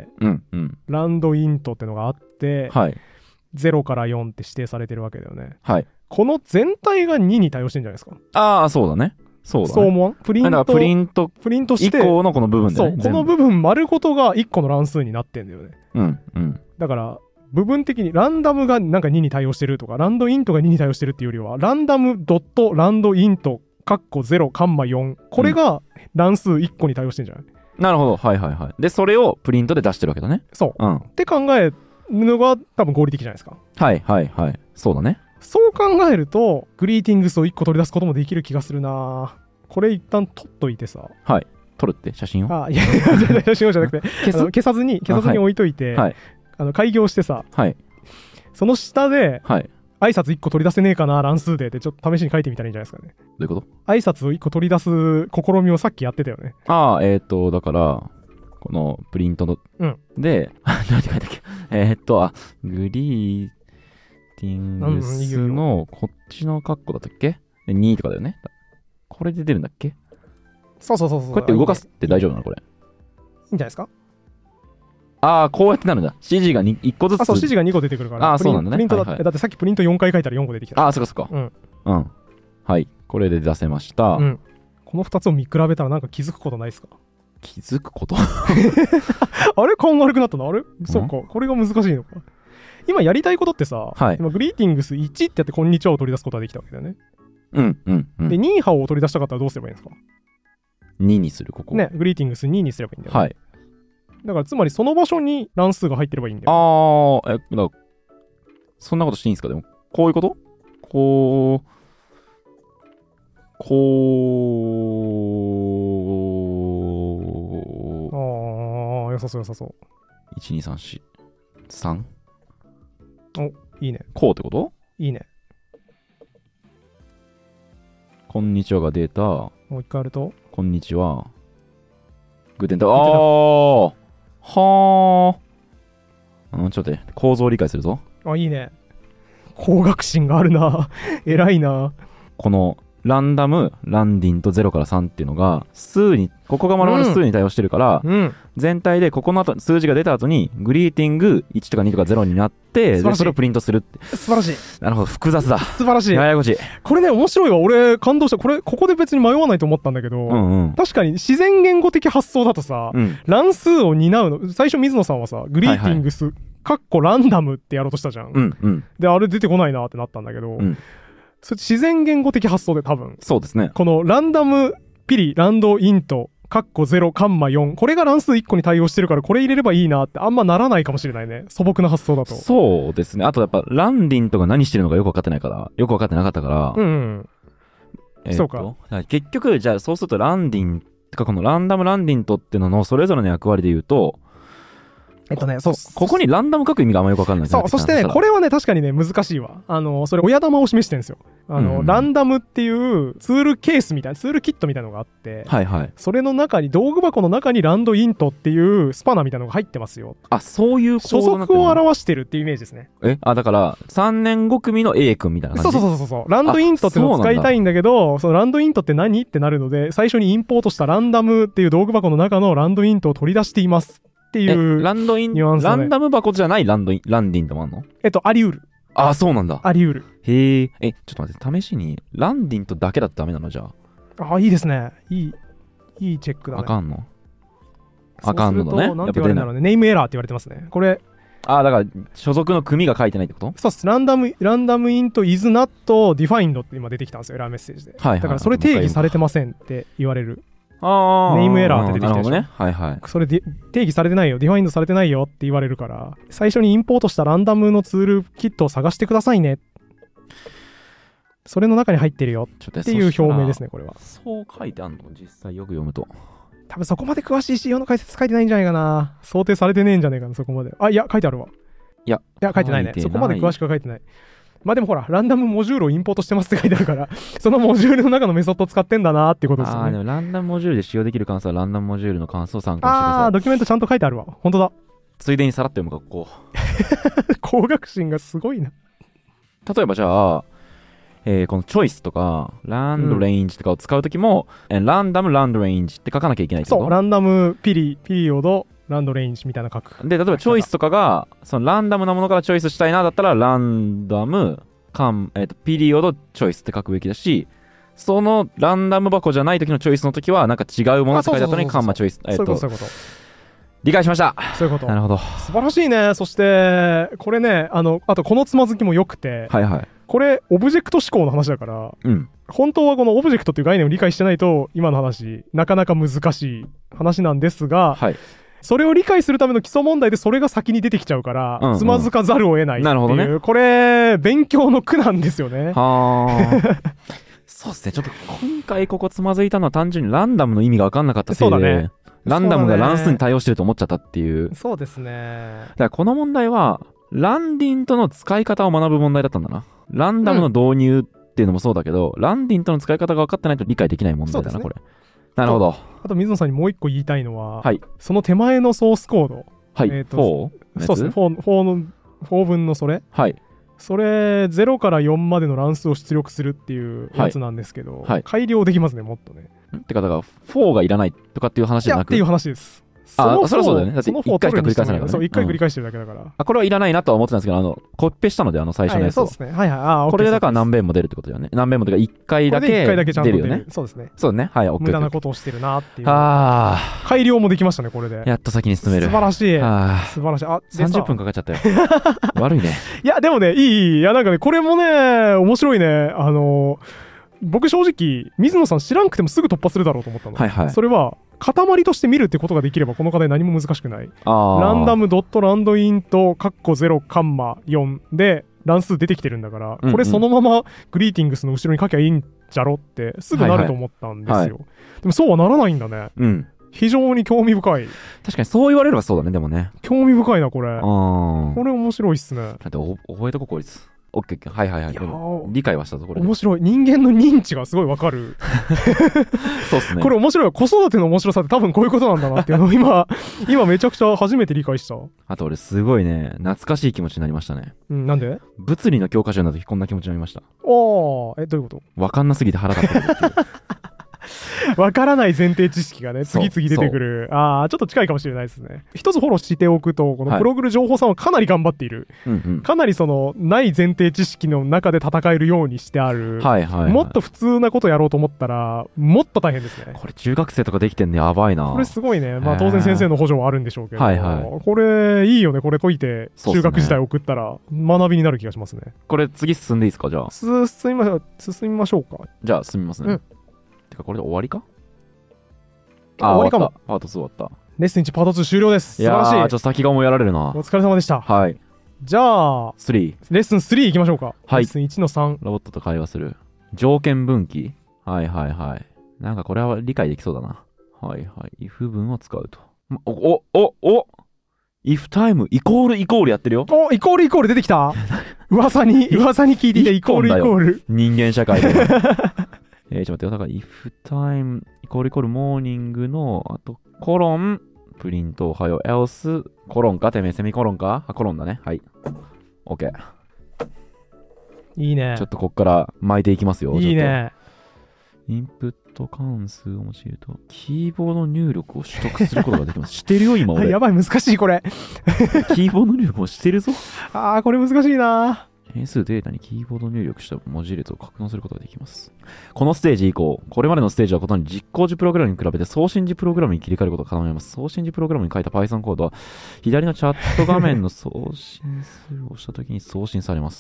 うんうん、 ランドイントってのがあって、 はい、 ゼロからよんって指定されてるわけだよね、 はい、 この全体がにに対応してるんじゃないですか？ ああそうだねそうだね。 そう思わん？プリントプリントプリントしていっこのこの部分で、ね、 そうこの部分丸ごとがいっこの乱数になってんだよね。 うんうんだから部分的にランダムがなんかにに対応してるとかランドイントがにに対応してるっていうよりはランダムドットランドイントカッコゼロカンマよんこれが乱数いっこに対応してるんじゃない？ なるほどはいはいはいでそれをプリントで出してるわけだね。 そう、 うん、 って考えるのが多分合理的じゃないですか。 はいはいはいそうだね。 そう考えるとグリーティングスをいっこ取り出すこともできる気がするな。これ一旦取っといてさ。 はい撮るって写真をあいやいや写真をじゃなくて消す消さずに消さずに置いといて、はい、あの開業してさ、 はい、 その下で、 はい、 挨拶いっこ取り出せねえかな乱数でってちょっと試しに書いてみたらいいんじゃないですかね。 どういうこと？ 挨拶をいっこ取り出す試みをさっきやってたよね。 ああえっ、ー、とだからこのプリントの、 うん、 で何て書いたっけえっ、ー、とあグリーティングスのこっちのカッコだったっけでにとかだよね。これで出るんだっけ？ そうそうそうそう。 こうやって動かすって大丈夫なのこれ？いいんじゃないですか？ ああこうやってなるんだ。指示がにいっこずつ。 あそう指示がにこ出てくるから。 あそうなんだね。 プリントだって、 はいはい、 だってさっきプリントよんかい書いたらよんこ出てきた。 ああそっかそっか。 うんうんはいこれで出せました。 うん、このふたつを見比べたらなんか気づくことないですか？ 気づくことあれ勘悪くなったの？あれそっかこれが難しいのか。今やりたいことってさ、 はい、 今グリーティングスいちってやってこんにちはを取り出すことができたわけだよね。 うんうん、うん、 でニーハオを取り出したかったらどうすればいいんですか？ ににするここねグリーティングスににすればいいんだよ、ね、 はいだからつまりその場所に乱数が入ってればいいんだよ、 ね、ああえだそんなことしていいんですか？でもこういうことこうこうああ良さそう良さそういちにさんしさんおいいねこうってこと？いいねこんにちはがデータもう一回やるとこんにちはグーテンタああはあうんちょっと待って構造を理解するぞ。 あいいね高学心があるな偉いな。 このランダム、ランディンとゼロからさんっていうのが、数に、ここが丸々数に対応してるから、うん、全体でここの後、数字が出た後に、グリーティングいちとかにとかゼロになって、で、それをプリントするって。 素晴らしい。 なるほど、複雑だ。 素晴らしい。 ややこしい。 これね、面白いわ。俺、感動した。これ、ここで別に迷わないと思ったんだけど、うんうん、確かに自然言語的発想だとさ、うん、乱数を担うの、最初水野さんはさ、グリーティングス、はいはい、かっこランダムってやろうとしたじゃん。うんうん、で、あれ出てこないなってなったんだけど、うん、それ自然言語的発想で多分。 そうですね。 このランダムピリ、ランドイント、カッコゼロ、カンマよん。これが乱数いっこに対応してるから、これ入れればいいなってあんまならないかもしれないね。素朴な発想だと。 そうですね。あとやっぱ、ランディントが何してるのかよく分かってないから、よく分かってなかったから。うん、うん。えー、そうか。結局、じゃあそうするとランディン、てかこのランダムランディントっていうののそれぞれの役割で言うと、 えっとね、そう。 ここにランダム書く意味があんまよくわかんない。 そう、そしてね、これはね、確かにね、難しいわ。あの、それ、親玉を示してるんですよ。あの、うん、ランダムっていうツールケースみたいな、ツールキットみたいなのがあって、はいはい。それの中に、道具箱の中にランドイントっていうスパナみたいなのが入ってますよ。 あ、そういう初速を表してるっていうイメージですね。 えあ、だから、さんねんご組の A 君みたいな感じ。 そうそうそうそう。ランドイントっていうのを使いたいんだけど、そのランドイントって何ってなるので、最初にインポートしたランダムっていう道具箱の中のランドイントを取り出しています。っていうランドイン、ね、ランダム箱じゃないランドイン、ランディンともあんの？ えっと、あり得る。 あ、そうなんだ。 あり得る。 へえ。え、ちょっと待って、試しに、ランディンとだけだとダメなのじゃあ。あ、いいですね。いい、いいチェックだね。 あかんの？あかんのだね。 なんて言われるんだろうね。ネームエラーって言われてますね。これ。 あ、だから、所属の組が書いてないってこと？ そうっす。ランダム、ランダムイント is not defined って今出てきたんですよ。エラーメッセージで。はいはいはい、だから、それ定義されてませんって言われる。 あネームエラーって出てきたでしょ。 なるほどね。はいはい。 それで定義されてないよ、ディファインドされてないよって言われるから、最初にインポートしたランダムのツールキットを探してくださいね。それの中に入ってるよっていう表明ですね、これは。 そう書いてあるの？実際よく読むと。 多分そこまで詳しい仕様の解説書いてないんじゃないかな。想定されてねえんじゃねえかな、そこまで。あ、いや、書いてあるわ。 いや、 いや書いてないね。そこまで詳しくは書いてない。まあでもほら、ランダムモジュールをインポートしてますって書いてあるから、そのモジュールの中のメソッドを使ってんだなっていうことですよね。 ああ、でもランダムモジュールで使用できる関数はランダムモジュールの関数を参考にしてください。 ああ、ドキュメントちゃんと書いてあるわ。本当だ。 ついでにさらっと読む学校。 高学心がすごいな。 例えばじゃあ、えー、このチョイスとか、ランドレインジとかを使うときも、うん、ランダムランドレインジって書かなきゃいけないってこと？ そう、ランダムピリ、ピリオド、ランドレンジみたいな書く。 で、例えばチョイスとかが、そのランダムなものからチョイスしたいなだったら、ランダム、カン、えっと、ピリオド、チョイスって書くべきだし、そのランダム箱じゃない時のチョイスの時は、なんか違うものって書いてあったのに、カンマチョイス。えっと、そういうこと、そういうこと。理解しました。 そういうこと。 なるほど。 素晴らしいね。そして、これね、あの、あとこのつまずきも良くて、はいはい。これ、オブジェクト思考の話だから、うん。本当はこのオブジェクトっていう概念を理解してないと、今の話、なかなか難しい話なんですが、はい。それを理解するための基礎問題でそれが先に出てきちゃうから、うんうん、つまずかざるを得ないっていう。なるほどね。これ、勉強の苦なんですよね。はあ。 そうですね。ちょっと今回ここつまずいたのは単純にランダムの意味が分かんなかったせいで、そうだね。ランダムが乱数に対応してると思っちゃったっていう。 そうですね。 だからこの問題は、ランディントの使い方を学ぶ問題だったんだな。ランダムの導入っていうのもそうだけど、うん、ランディントの使い方が分かってないと理解できない問題だな、ね、これ。なるほど。 あと水野さんにもう一個言いたいのは、はい、その手前のソースコード、 はい、えーと、 フォー？そうですね、フォー、フォーの、フォー分のそれ、はい、それゼロからよんまでの乱数を出力するっていうやつなんですけど、はいはい、改良できますね、もっとね。 ってかだからフォーがいらないとかっていう話じゃなくて、 いやっていう話です。 あ、そりゃそうだよね。だっていっかいしか繰り返さないからね。 そう、いっかい繰り返してるだけだから。うん、 あ、これはいらないなとは思ってたんですけど、あの、コピペしたので、あの、最初のやつを。 はい、そうですね。はいはい。あ、 これでだから何遍も出るってことだよね。何遍もというか、いっかいだけ出るよね。 そうですね。 そうね。はい、 OK。無駄なことをしてるなっていう。 ああ。改良もできましたね、これで。 やっと先に進める。 素晴らしい。素晴らしい。あ、 さんじゅっぷんかかっちゃったよ。悪いね。 いや、でもね、いい、いい。いや、なんかね、これもね、面白いね。あの、僕正直、水野さん知らんくてもすぐ突破するだろうと思ったの。はいはい。それは、塊として見るってことができればこの課題何も難しくない。ランダムドットランドイントカッコゼロカンマよんで乱数出てきてるんだから、うんうん、これそのままグリーティングスの後ろに書きゃいいんじゃろってすぐなると思ったんですよ、はいはい、でもそうはならないんだね、うん、非常に興味深い。 確かにそう言われればそうだね。でもね、 興味深いなこれ。これ面白いっすね。 だって覚えとここいつオッケーオッケー。はいはいはい。でも理解はしたぞ、これ。 面白い。人間の認知がすごいわかる。 そうっすね。 これ面白い。子育ての面白さって多分こういうことなんだなっていうのを今、今めちゃくちゃ初めて理解した。 あと俺すごいね、懐かしい気持ちになりましたね。 うん、なんで？ 物理の教科書になった時こんな気持ちになりました。 おー、え、どういうこと？ わかんなすぎて腹立ってるっていう。 わからない前提知識がね、次々出てくる。ああ、ちょっと近いかもしれないですね。一つフォローしておくと、このプログル情報さんはかなり頑張っている。はい、かなりその、ない前提知識の中で戦えるようにしてある。はいはいはい、もっと普通なことやろうと思ったら、もっと大変ですね。 これ中学生とかできてんね、やばいな。 これすごいね。まあ当然先生の補助はあるんでしょうけど。はいはい、これ、いいよね。これ解いて、中学時代送ったら、学びになる気がしますね。 これ次進んでいいですか、じゃあ。 進みましょう。進みましょうか。 じゃあ進みますね。うん、てかこれで終わりか？ あ、終わりかも。 パートツー終わった。 レッスンいちパートツー終了です。素晴らしい。 いやー、ちょっと先が思いやられるな。 お疲れ様でした。 はい。 じゃあ、 スリー。 レッスンスリー行きましょうか。 はい。 レッスンいちのさん。 ロボットと会話する。条件分岐。はいはいはい。なんかこれは理解できそうだな。はいはい。if 文を使うと。お、お、お、お if time イコールイコールやってるよ。 お、イコールイコール出てきた。噂に、噂に聞いていたイコールイコール。 人間社会で。えー、ちょっと待ってよ。だから、if time イコールイコールモーニングの、あと、コロン、プリント、はよ、else、コロンか、てめえ、セミコロンか、あ、コロンだね。はい。OK。 いいね。 ちょっとこっから巻いていきますよ。 いいね。 インプット関数を用いると、キーボード入力を取得することができます。してるよ、今俺。 やばい、難しい、これ。 キーボード入力をしてるぞ。 あー、これ難しいな。 変数データにキーボード入力した文字列を格納することができます。このステージ以降、これまでのステージは異に実行時プログラムに比べて送信時プログラムに切り替えることが可能になります。送信時プログラムに書いた Python コードは、左のチャット画面の送信数を押したときに送信されます。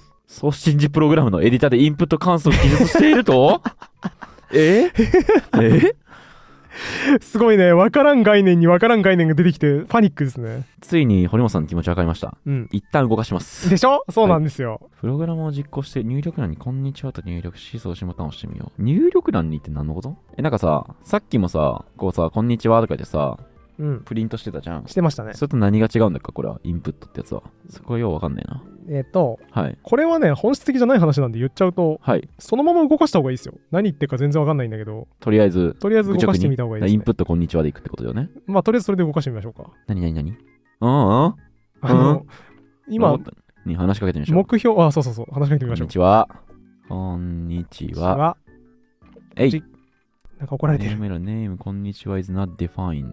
送信時プログラムのエディタでインプット関数を記述しているとええすごいね。わからん概念にわからん概念が出てきてパニックですね。 ついに堀本さんの気持ちわかりました。うん。一旦動かします。 でしょ？そうなんですよ、はい。 プログラムを実行して入力欄にこんにちはと入力し送信ボタンを押してみよう。入力欄にって何のこと？え、なんかさ、さっきもさ、こうさ、こんにちはとか言ってさ、うん、プリントしてたじゃん。 してましたね。 それと何が違うんだっけこれは。インプットってやつは。そこはようわかんないな。 えっ、ー、と、 はい。 これはね、本質的じゃない話なんで言っちゃうと、 はい。 そのまま動かした方がいいですよ。何言ってるか全然わかんないんだけど。 とりあえず、 とりあえず動かしてみた方がいいです、ね。 インプットこんにちはでいくってことだよね。 まあ、とりあえずそれで動かしてみましょうか。 何何何うんうんあの、今、 に話しかけてみましょう。 目標、あ、そうそうそう、話しかけてみましょう。 こんにちは。こんにちは。えい。 なんか怒られてる。 ネーム、ネーム、こんにちは is not defined.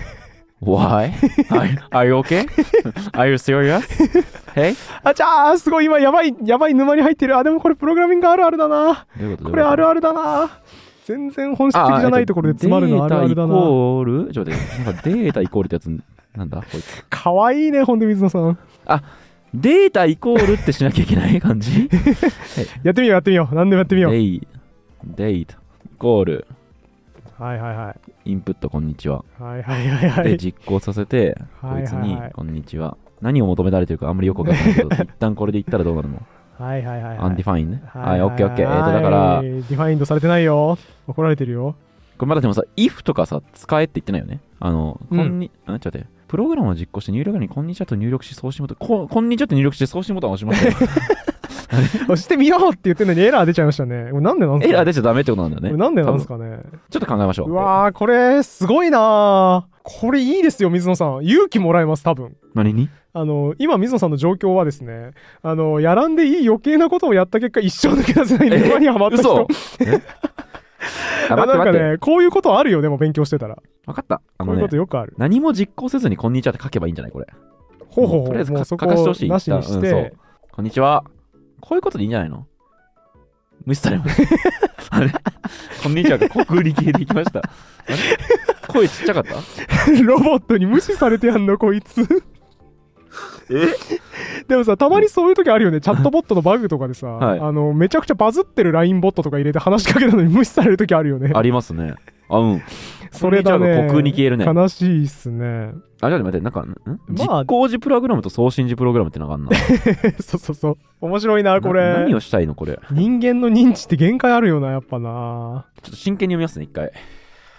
Why? Are, are you okay? Are you serious? Hey? あちゃーすごい今やばいやばい沼に入ってる。あでもこれプログラミングあるあるだな。 どういうこと？ これあるあるだな。全然本質的じゃないところで詰まるのあるあるだな。 データイコールちょっと待って、なんかデータイコールってやつなんだこいつ。 かわいいねほんで水野さん。 あデータイコールってしなきゃいけない感じやってみようやってみよう。何でもやってみよう。 デイデータイコール。 はいはいはい。 インプットこんにちは。 はいはいはいはい。 で実行させて、こいつにこんにちは。何を求められてるかあんまりよくわかんないけど、一旦これで言ったらどうなるの？ はいはいはい。 アンディファインね。はい、オッケーオッケー。えっとだから、 ディファインドされてないよ。怒られてるよ。 これまだでもさ、if とかさ、使えって言ってないよね。あの、こんに、あ、ちょっと待って。プログラムを実行して入力欄にこんにちはと入力し送信ボタン、こ、こんにちはと入力して送信ボタンを押しましたよ。 押してみようって言ってるのにエラー出ちゃいましたね。なんでなんですか？ エラー出ちゃダメってことなんだよね。 なんでなんですかね。 ちょっと考えましょう。 うわー、これすごいなー。これいいですよ、水野さん。勇気もらえます、多分。 何に？ あの、今、水野さんの状況はですね、あの、やらんでいい余計なことをやった結果、一生抜け出せない沼にはまった人。 あなんかね、こういうことあるよ、でも勉強してたら。 分かった。 あのね、こういうことよくある。 何も実行せずにこんにちはって書けばいいんじゃないこれ。 ほうほうほう。 とりあえずもう書かしてほしい。 なしにして、うん、 こんにちは。こういうことでいいんじゃないの？無視されます。あれこんにちはが虚空に消えていきました。あれ声ちっちゃかったロボットに無視されてやんのこいつ。 えでもさ、たまにそういう時あるよね。チャットボットのバグとかでさ、はい、あのめちゃくちゃバズってる ライン ボットとか入れて話しかけたのに無視される時あるよね。 ありますね。あ、うん。 それだね。 空空に消えるね。 悲しいっすね。 あ、じゃあ待って、なんか、ん、まあ、実行時プログラムと送信時プログラムってのがあんな。 そうそうそう。面白いな、これ。 何をしたいの、これ。 人間の認知って限界あるよな、やっぱな。 ちょっと真剣に読みますね、一回。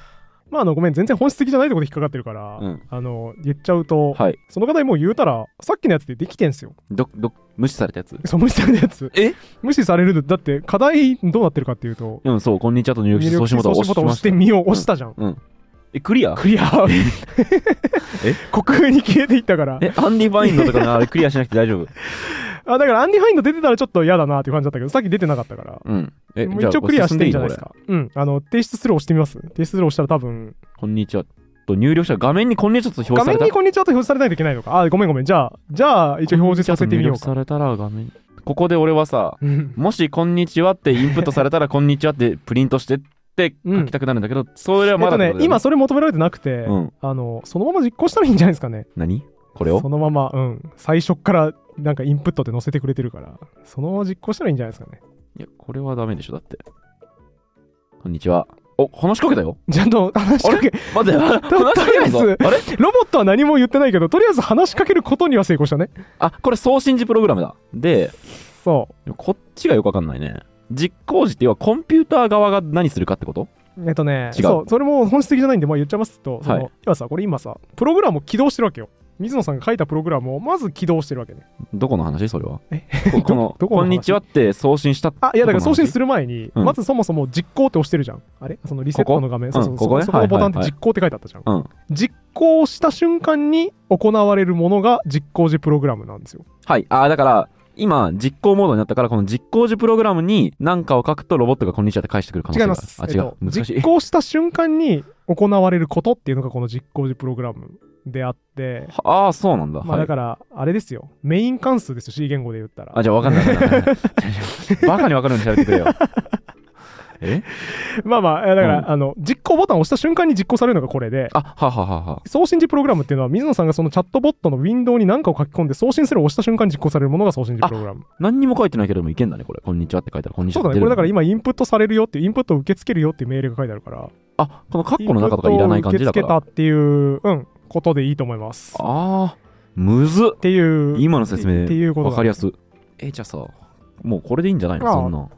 まあ、あのごめん全然本質的じゃないところで引っかかってるから、うん、あの言っちゃうと、はい、その課題もう言うたらさっきのやつでできてんすよ。 どど無視されたやつ。 そう無視されたやつ。 え無視される。だって課題どうなってるかっていうと、 うん、そうこんにちはと入力して送信ボタンを押しました。 押してみよう押したじゃん、 うんうん、えクリアクリアえ虚空に消えていったから。 えアンディファインドとかのあれクリアしなくて大丈夫あだからアンディファインド出てたらちょっと嫌だなっていう感じだったけど、さっき出てなかったから、うん、えもう一応クリアしていいんじゃないですか。うんあの提出する押してみます。提出する押したら多分こんにちはと入力したら画面にこんにちはと表示された。 画面にこんにちはと表示されないといけないのか。あごめんごめんじゃあじゃあ一応表示させてみようか。 されたら画面ここで俺はさもしこんにちはってインプットされたらこんにちはってプリントしてって書きたくなるんだけど、うん、それはまだ、ねえっとね、今それ求められてなくて、うん、あのそのまま実行したらいいんじゃないですかね。 何これをそのまま、うん、最初からなんかインプットで載せてくれてるからそのまま実行したらいいんじゃないですかね。 いやこれはダメでしょ。だってこんにちはお話しかけたよ。 ちゃんと話しかけ待って話しかけたぞ。あれロボットは何も言ってないけどとりあえず話しかけることには成功したね。 あこれ送信時プログラムだ。でそうこっちがよくわかんないね。実行時って要はコンピューター側が何するかってこと。 えっとね違うそうそれも本質的じゃないんで、まあ、言っちゃいますと、その、はい、今さこれ今さプログラムを起動してるわけよ。水野さんが書いたプログラムをまず起動してるわけね。 どこの話それは。 えここのこんにちはって送信した。 あいやだから送信する前に、うん、まずそもそも実行って押してるじゃん。あれそのリセットの画面、そうそうそう、ここね、そこのボタンって実行って書いてあったじゃん、はいはいはい、実行した瞬間に行われるものが実行時プログラムなんですよ。 はいあだから今実行モードになったからこの実行時プログラムに何かを書くとロボットがこんにちはって返してくる可能性がある。 違います。 あ違う、えっと、難しい。 実行した瞬間に行われることっていうのがこの実行時プログラムであって、 ああそうなんだ。 まあだからあれですよ、メイン関数ですよ C 言語で言ったら。 あじゃあ分かんないバカに分かるようにしゃべってくれよえまあまあだから、うん、あの実行ボタンを押した瞬間に実行されるのがこれで、 あはははは送信時プログラムっていうのは水野さんがそのチャットボットのウィンドウに何かを書き込んで送信するを押した瞬間に実行されるものが送信時プログラム。 何にも書いてないけどもいけんだねこれ。こんにちはって書いたらこんにちは。 そうだねこれだから今インプットされるよっていうインプットを受け付けるよっていう命令が書いてあるから、 あこのカッコの中とかいらない感じだから、 受け付けたっていううんことでいいと思います。 ああむずっっていう今の説明っていうこと分かりやすい。えじゃあさもうこれでいいんじゃないの。そんな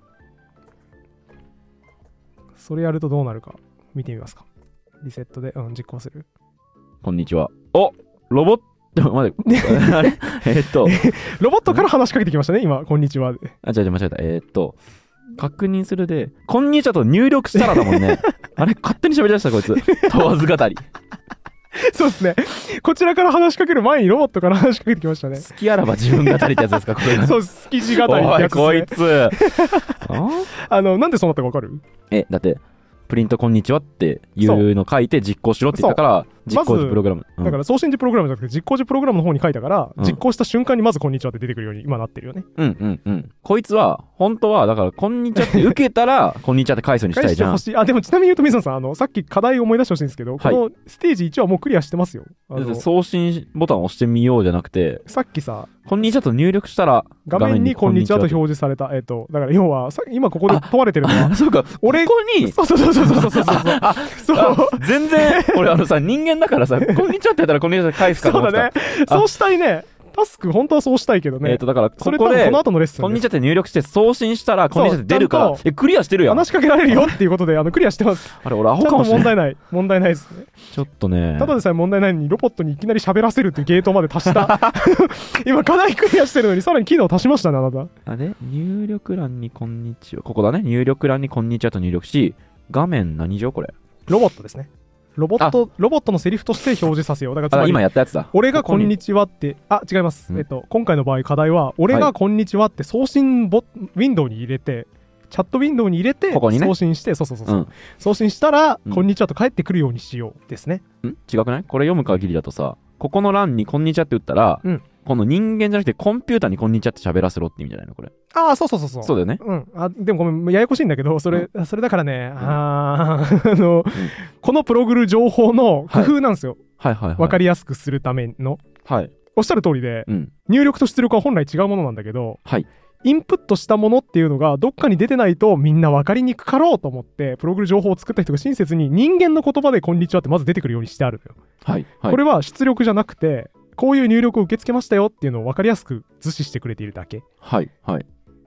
それやるとどうなるか見てみますか。リセットで、うん、実行する。 こんにちは。おロボット待ってあれえっとロボットから話しかけてきましたね今こんにちはで。 あ違う違う間違えた。えー、っと確認するでこんにちはと入力したらだもんねあれ勝手に喋り出したこいつ問わず語りそうですね。こちらから話しかける前にロボットから話しかけてきましたね。 好きあらば自分語りってやつですかこれが。 そう好き字語りってやつですね。 おいこいつあのなんでそうなったか分かる。 えだってプリントこんにちはっていうの書いて実行しろって言ったから実行時プログラム、 ま、だから送信時プログラムじゃなくて実行時プログラムの方に書いたから、うん、実行した瞬間にまずこんにちはって出てくるように今なってるよね。 うんうんうんこいつは本当はだからこんにちはって受けたらこんにちはって返すようにしたいじゃん。返してほしい。 あでもちなみに言うと水野さんあのさっき課題を思い出してほしいんですけど、はい、このステージいちはもうクリアしてますよ。 送信ボタンを押してみようじゃなくてさっきさこんにちはと入力したら画面にこんにちはと表示された。えっとだから要はさ今ここで問われてるのはそうか俺ここにそうそうそうそうそうそうあそう全然俺あのさ人間だからさこんにちはってやったらこんにちはって返すからそうだねそうしたいね。タスク本当はそうしたいけどね。 えっとだからここでそれ多分この後のレッスンこんにちはって入力して送信したらこんにちはって出るからえクリアしてるやん。 話しかけられるよっていうことであのクリアしてます。 あれ俺アホかもしれない。 問題ない問題ないですね。 ちょっとねただでさえ問題ないのにロボットにいきなり喋らせるっていうゲートまで達した今課題クリアしてるのにさらに機能足しましたねあなた。 あれ入力欄にこんにちはここだね。入力欄にこんにちはと入力し画面何上これロボットですね。ロボットロボットのセリフとして表示させよう。だからつまり今やったやつだ。 俺がこんにちはってあ違います、うん、えっと今回の場合課題は俺がこんにちはって送信ボウィンドウに入れてチャットウィンドウに入れてここに、ね、 送信してそうそうそうそう、うん、送信したら、うん、こんにちはと返ってくるようにしようですね。 ん違くない？これ読む限りだとさここの欄にこんにちはって打ったら、うん、この人間じゃなくてコンピューターにこんにちはって喋らせろって意味じゃないのこれ。 ああそうそうそうそうそうだよね。 うんあでもごめんややこしいんだけどそれ、うん、それだからね、うん、ああの、うん、このプログル情報の工夫なんですよ、 はい、はいはいはい分かりやすくするための。 はいおっしゃる通りで、うん、入力と出力は本来違うものなんだけど、 はいインプットしたものっていうのがどっかに出てないとみんな分かりにくかろうと思ってプログル情報を作った人が親切に人間の言葉でこんにちはってまず出てくるようにしてあるのよ、 はいはい、 これは出力じゃなくてこういう入力を受け付けましたよっていうのを分かりやすく図示してくれているだけ。 はいはい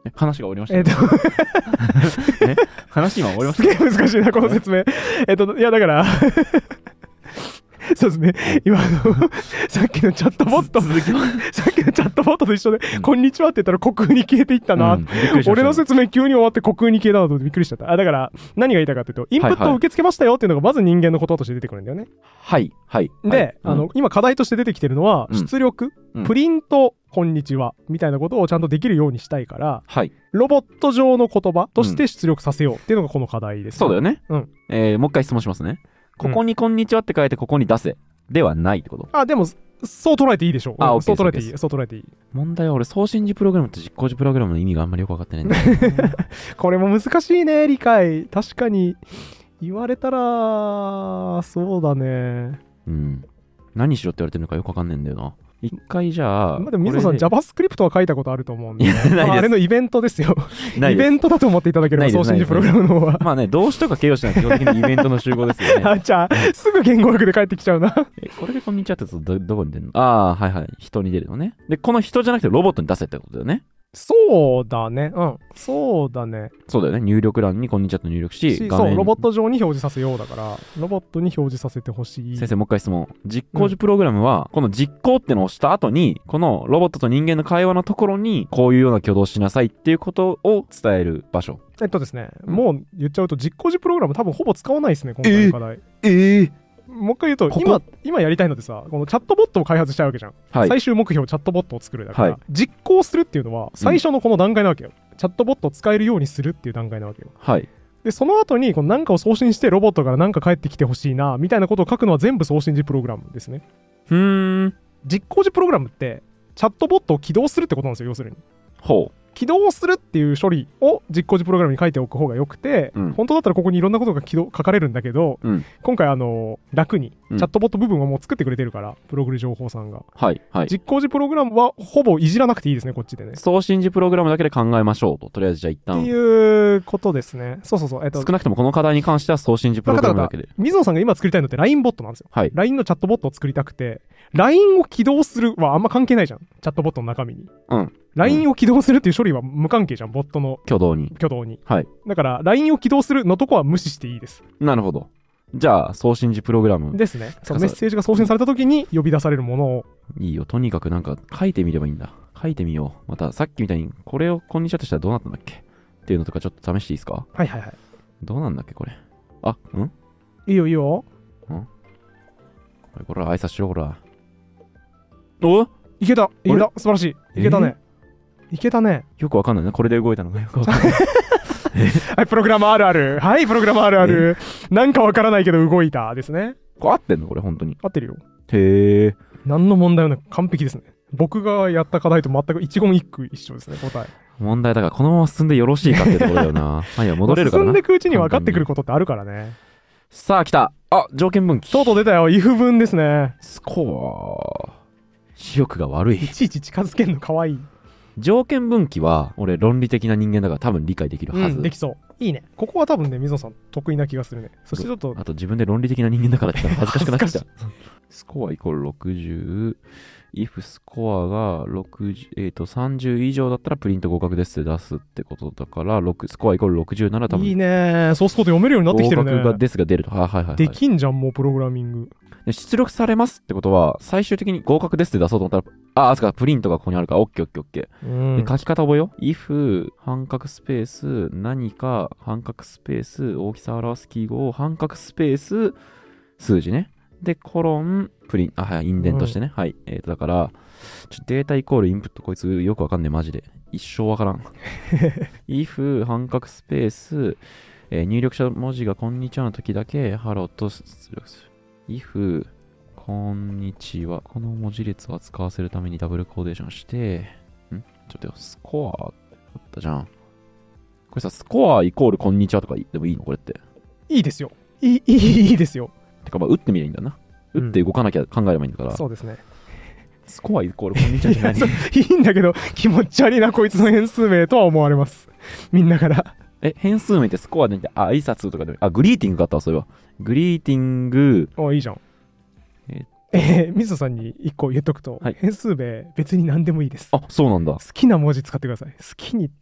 話が終わりました、ね。えっと、ね、話今終わりました。 すげえ難しいな、この説明。えっと、いや、だから、そうですね。今の、さっきのチャットボット、さっきのチャットボットと一緒で、うん、こんにちはって言ったら虚空に消えていったな。うん、俺の説明急に終わって虚空に消えたなとびっくりしちゃった。あ、だから、何が言いたいかというと、インプットを受け付けましたよっていうのがまず人間のこととして出てくるんだよね。 はい、はい。 で、 はい、 あの、うん、今課題として出てきてるのは、出力、うん、プリント、こんにちは、みたいなことをちゃんとできるようにしたいから、はい、ロボット上の言葉として出力させようっていうのがこの課題です、ね。 そうだよね。うん。えー、もう一回質問しますね。ここにこんにちはって書いて、ここに出せ。ではないってこと？ あ、でも、そう捉えていいでしょう。あ、うん、そう捉えていい。そう捉えていい。 問題は俺、送信時プログラムと実行時プログラムの意味があんまりよく分かってないんだよね。 これも難しいね、理解。確かに、言われたら、そうだね。 うん。何しろって言われてるのかよく分かんないんだよな。一回じゃあ、 まあ、でも水野さん JavaScript は書いたことあると思うんで、まあ、あれのイベントですよ。イベントだと思っていただければ送信時プログラムの方は。 まあね、動詞とか形容詞は基本的にイベントの集合ですよね。 あ、じゃあすぐ言語学で帰ってきちゃうな。 え、これでこんにちはってどどこに出るの？ああ、はいはい、人に出るのね。で、この人じゃなくてロボットに出せってことだよね。 そうだね。うん。そうだね。 そうだよね。入力欄にこんにちはと入力し、 しそう、ロボット上に表示させようだから、ロボットに表示させてほしい。 先生、もう一回質問。実行時プログラムは、うん、この実行ってのを押した後に、このロボットと人間の会話のところに、こういうような挙動しなさいっていうことを伝える場所。 えっとですね、うん、もう言っちゃうと、実行時プログラム多分ほぼ使わないですね、今回の課題。 えー、えーもう一回言うと、ここ今、今やりたいのでさ、このチャットボットを開発したいわけじゃん。はい、最終目標、チャットボットを作るだから、はい、実行するっていうのは、最初のこの段階なわけよ。うん、チャットボットを使えるようにするっていう段階なわけよ。はい。で、その後に、この何かを送信して、ロボットから何か返ってきてほしいな、みたいなことを書くのは全部送信時プログラムですね。 ふーん。 実行時プログラムって、チャットボットを起動するってことなんですよ、要するに。 ほう。 起動するっていう処理を実行時プログラムに書いておく方がよくて、うん、本当だったらここにいろんなことが起動書かれるんだけど、うん、今回あの楽にチャットボット部分をもう作ってくれてるから、うん、プログル情報さんが、はいはい、実行時プログラムはほぼいじらなくていいですね、こっちでね。 送信時プログラムだけで考えましょうと。とりあえずじゃあ一旦っていうことですね。そうそうそう、えっと、 少なくともこの課題に関しては送信時プログラムだけで。 水野さんが今作りたいのって ライン ボットなんですよ、はい、ライン のチャットボットを作りたくて、 ライン を起動するはあんま関係ないじゃん、チャットボットの中身に。うん、ライン を起動するっていう処理は無関係じゃん、ボットの挙動に。 挙動に。はい。だから、ライン を起動するのとこは無視していいです。 なるほど。じゃあ、送信時プログラム。 ですね。そのメッセージが送信された時に呼び出されるものを。 いいよ。とにかくなんか書いてみればいいんだ。書いてみよう。また、さっきみたいに、これをこんにちはとしたらどうなったんだっけっていうのとかちょっと試していいですか？ はいはいはい。 どうなんだっけ、これ。あ、んいいよいいよ。 んこれ、挨拶しろ、こら。おいけたいけた素晴らしいいけたね、えー、いけたね。 よくわかんないね。これで動いたのがよくわかんない。 はい、プログラムあるある。はい、プログラムあるある。なんかわからないけど動いたですね。 これ合ってんのこれ本当に。 合ってるよ。 へえ。 何の問題もない。完璧ですね。僕がやった課題と全く一言一句一緒ですね、答え。 問題だからこのまま進んでよろしいかってところだよな。はい、戻れるからな。 進んでいくうちに分かってくることってあるからね。 さあ来た。あ、条件分岐。 とうとう出たよ。イフ文ですね。 スコア。視力が悪い。 いちいち近づけんのかわいい。 条件分岐は俺論理的な人間だから多分理解できるはず、 うん、できそう。いいね。ここは多分ね、水野さん得意な気がするね。そしてちょっとあと自分で論理的な人間だからって恥ずかしくなってきた。スコアイコールろくじゅう、if スコアがろくじゅう、えーとさんじゅう以上だったらプリント合格ですって出すってことだから、スコアイコールろくじゅうなら多分いいね。ソースコード読めるようになってきてるね。 合格がですが出ると。はいはいはい、はい、 できんじゃんもうプログラミング。 出力されますってことは最終的に合格ですって出そうと思ったら、ああ、そうか、プリントがここにあるから、オッケーオッケーオッケー。で書き方覚えよ。if 半角スペース何か半角スペース大きさを表す記号半角スペース数字ね。でコロンプリンあはいインデントしてね、うん、はいえーとだからちょデータイコールインプットこいつよくわかんねえマジで一生わからん。if 半角スペース、えー、入力した文字がこんにちはの時だけハローと出力する。if こんにちはこの文字列を使わせるためにダブルコーデーションしてんちょっとよスコアってあったじゃん。これさスコアイコールこんにちはとかでもいいのこれって。 いいですよ。いいいいいいですよ。 てかまあ打ってみればいいんだな。打って動かなきゃ考えればいいんだから、うん、 そうですね。 スコアイコールこんにちはじゃない。 いいんだけど気持ち悪いなこいつの変数名とは思われますみんなから。 え変数名ってスコアであ挨拶とかであグリーティングがあったわ。それはグリーティング。 あいいじゃん。ええー、水野さんに一個言っとくと、はい、変数名別に何でもいいです。 あそうなんだ。 好きな文字使ってください。好きに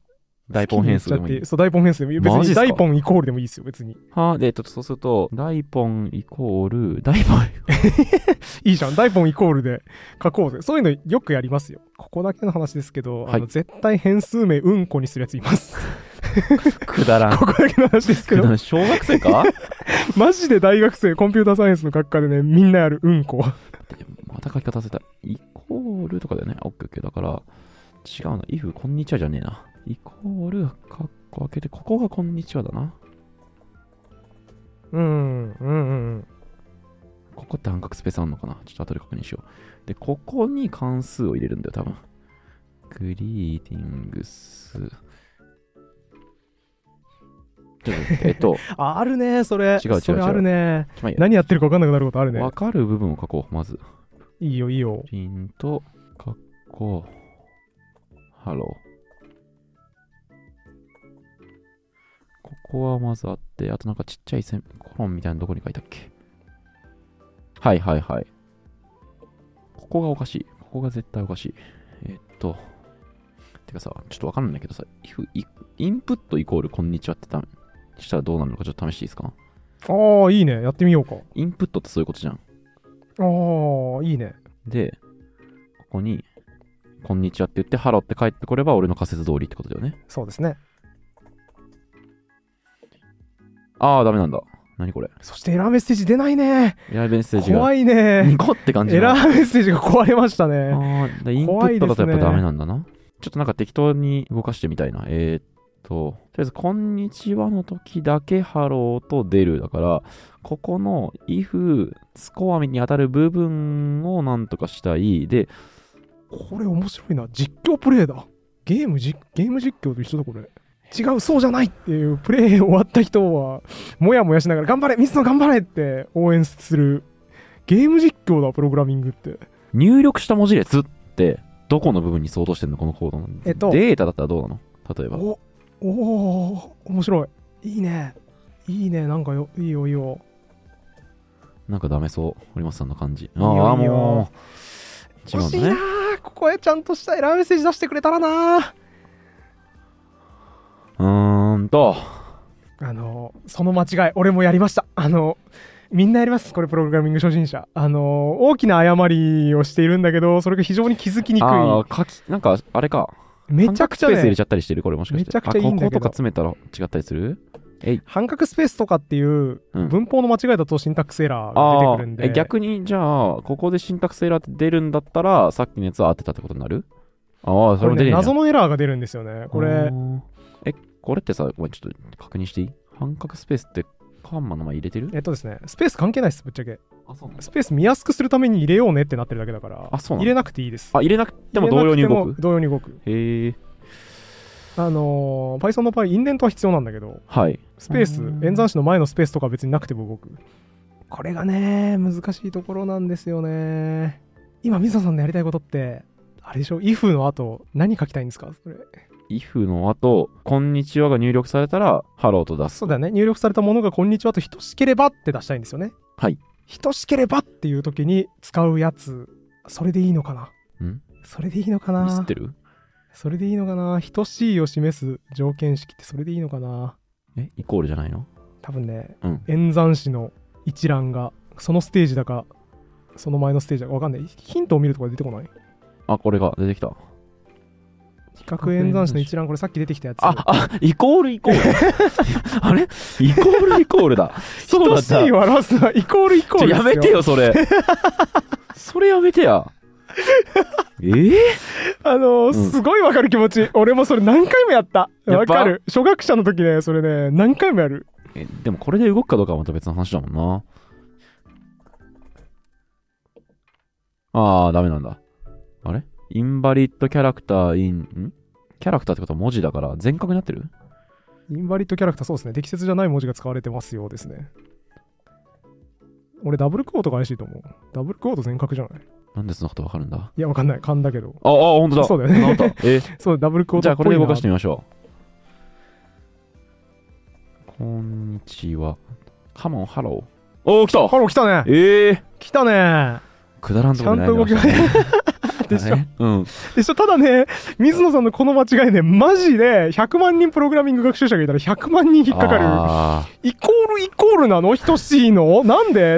大ポン変数でもいい。 そう、大ポン変数でもいい。別に大ポンイコールでもいいですよ、別に。 はで、えっと、そうすると、大ポンイコール、大ポン。 いいじゃん、大ポンイコールで書こうぜ。そういうのよくやりますよ。ここだけの話ですけど、はい、あの絶対変数名うんこにするやついます。 くだらん。 ここだけの話ですけど。 小学生かマジで大学生、コンピューターサイエンスの学科でね、みんなやるうんこ。 また書き方忘れた。イコールとかだよね。オッケーオッケー。だから、違うな。if こんにちはじゃねえな。イコール、カッコ開けて、ここがこんにちはだな。 うん、うん、うん。 ここって半角スペースあんのかな？ちょっと後で確認しよう。で、ここに関数を入れるんだよ、多分。グリーティングス。えっと、 あるね、それ。 違う違う違う。 それあるね。何やってるか分かんなくなることあるね。 分かる部分を書こう、まず。 いいよ、いいよ。 プリント、カッコ、ハロー。ここはまずあって、あとなんかちっちゃい線、コロンみたいなどこに書いたっけ？はいはいはい。ここがおかしい。ここが絶対おかしい。えー、っと、てかさ、ちょっとわかんないけどさ、if、インプットイコールこんにちはってたしたらどうなるのかちょっと試していいですか？ ああ、いいね。やってみようか。 インプットってそういうことじゃん。 ああ、いいね。 で、ここに、こんにちはって言って、ハローって帰ってこれば俺の仮説通りってことだよね。 そうですね。 ああ、ダメなんだ。何これ。 そしてエラーメッセージ出ないね。 エラーメッセージが。 怖いね。 ニコって感じ。 エラーメッセージが壊れましたね。 ああ、インプットだとやっぱダメなんだな。ね、ちょっとなんか適当に動かしてみたいな。えー、っと、とりあえず、こんにちはの時だけハローと出る。だから、ここの if スコアに当たる部分をなんとかしたい。で、 これ面白いな。実況プレイだ。ゲーム実、ゲーム実況と一緒だ、これ。違う、そうじゃないっていうプレイ終わった人はもやもやしながら頑張れ水野頑張れって応援するゲーム実況だ。プログラミングって入力した文字列ってどこの部分に相当してんのこのコードの、えっと、データだったらどうなの？例えばおお面白い。いいねいいね。なんかよいいよいいよ。 なんかダメそう。堀本さんの感じ。 いいよああもう違うんだね。欲しいな。ここへちゃんとしたエラーメッセージ出してくれたらな。 うーんとあのその間違い俺もやりました。あのみんなやります。これプログラミング初心者。あの大きな誤りをしているんだけどそれが非常に気づきにくい。 ああ書きなんかあれかめちゃくちゃ、ね、 半角スペース入れちゃったりしてるこれもしかして。めちゃくちゃいいんだけど。あこことか詰めたら違ったりする？えい半角スペースとかっていう文法の間違いだとシンタックスエラーが出てくるんで、 うん、え逆にじゃあここでシンタックスエラーって出るんだったらさっきのやつは合ってたってことになる？ああそれ出る、ね、 謎のエラーが出るんですよねこれ。 えこれってさ、ごめんちょっと確認していい？半角スペースってカンマの前入れてる？ えっとですね、スペース関係ないです、ぶっちゃけ。あ、そうなんだ。スペース見やすくするために入れようねってなってるだけだから、 あ、そうなんだ。 入れなくていいです。 あ、入れなくても同様に動く？ 同様に動く。 へえ。 あのー、Python の場合、インデントは必要なんだけど、 はい。 スペース、演算子の前のスペースとか別になくても動く。これがね、難しいところなんですよね。今、水野さんのやりたいことって、あれでしょ ?if の後、何書きたいんですかそれ。 if の後、こんにちはが入力されたら、ハローと出す。 そうだよね。入力されたものがこんにちはと等しければって出したいんですよね。 はい。 等しければっていう時に使うやつ、それでいいのかな？んそれでいいのかな？ 知ってる？ それでいいのかな？等しいを示す条件式ってそれでいいのかな？ えイコールじゃないの？ 多分ね、 うん、 演算子の一覧がそのステージだか、その前のステージだか分かんない。ヒントを見るとか出てこない？ あ、これが出てきた。 比較演算子の一覧、これさっき出てきたやつ。 あ、あ、イコールイコール。あれイコールイコールだ。 そうだった。等しいを表すのはイコールイコールですよ。 やめてよ、それ。それやめてや。えー、 あのーうん、すごいわかる気持ち。俺もそれ何回もやった。わかる。初学者の時ね、それね、何回もやる。 え、でもこれで動くかどうかはまた別の話だもんな。あー、ダメなんだ。あれインバリッドキャラクターイン、んキャラクターってことは文字だから全角になってる？ インバリッドキャラクター、そうですね。適切じゃない文字が使われてますようですね。俺ダブルクオートが怪しいと思う。ダブルクオート全角じゃない？ なんでそんなことわかるんだ？ いや、わかんない。勘だけど。 ああ、ほんとだ。 そうだよね。 えそう、ダブルクオート。 じゃあこれで動かしてみましょう。こんにちは。カモン、ハロー。おー、来たハロー来たね。 ええー。 来たね。 くだらんところにないましたね。 でしょ、 ね、うん。 でしょ。ただね、水野さんのこの間違いね、マジでひゃくまんにんプログラミング学習者がいたらひゃくまんにん引っかかる。イコールイコールなの等しいのなんでって。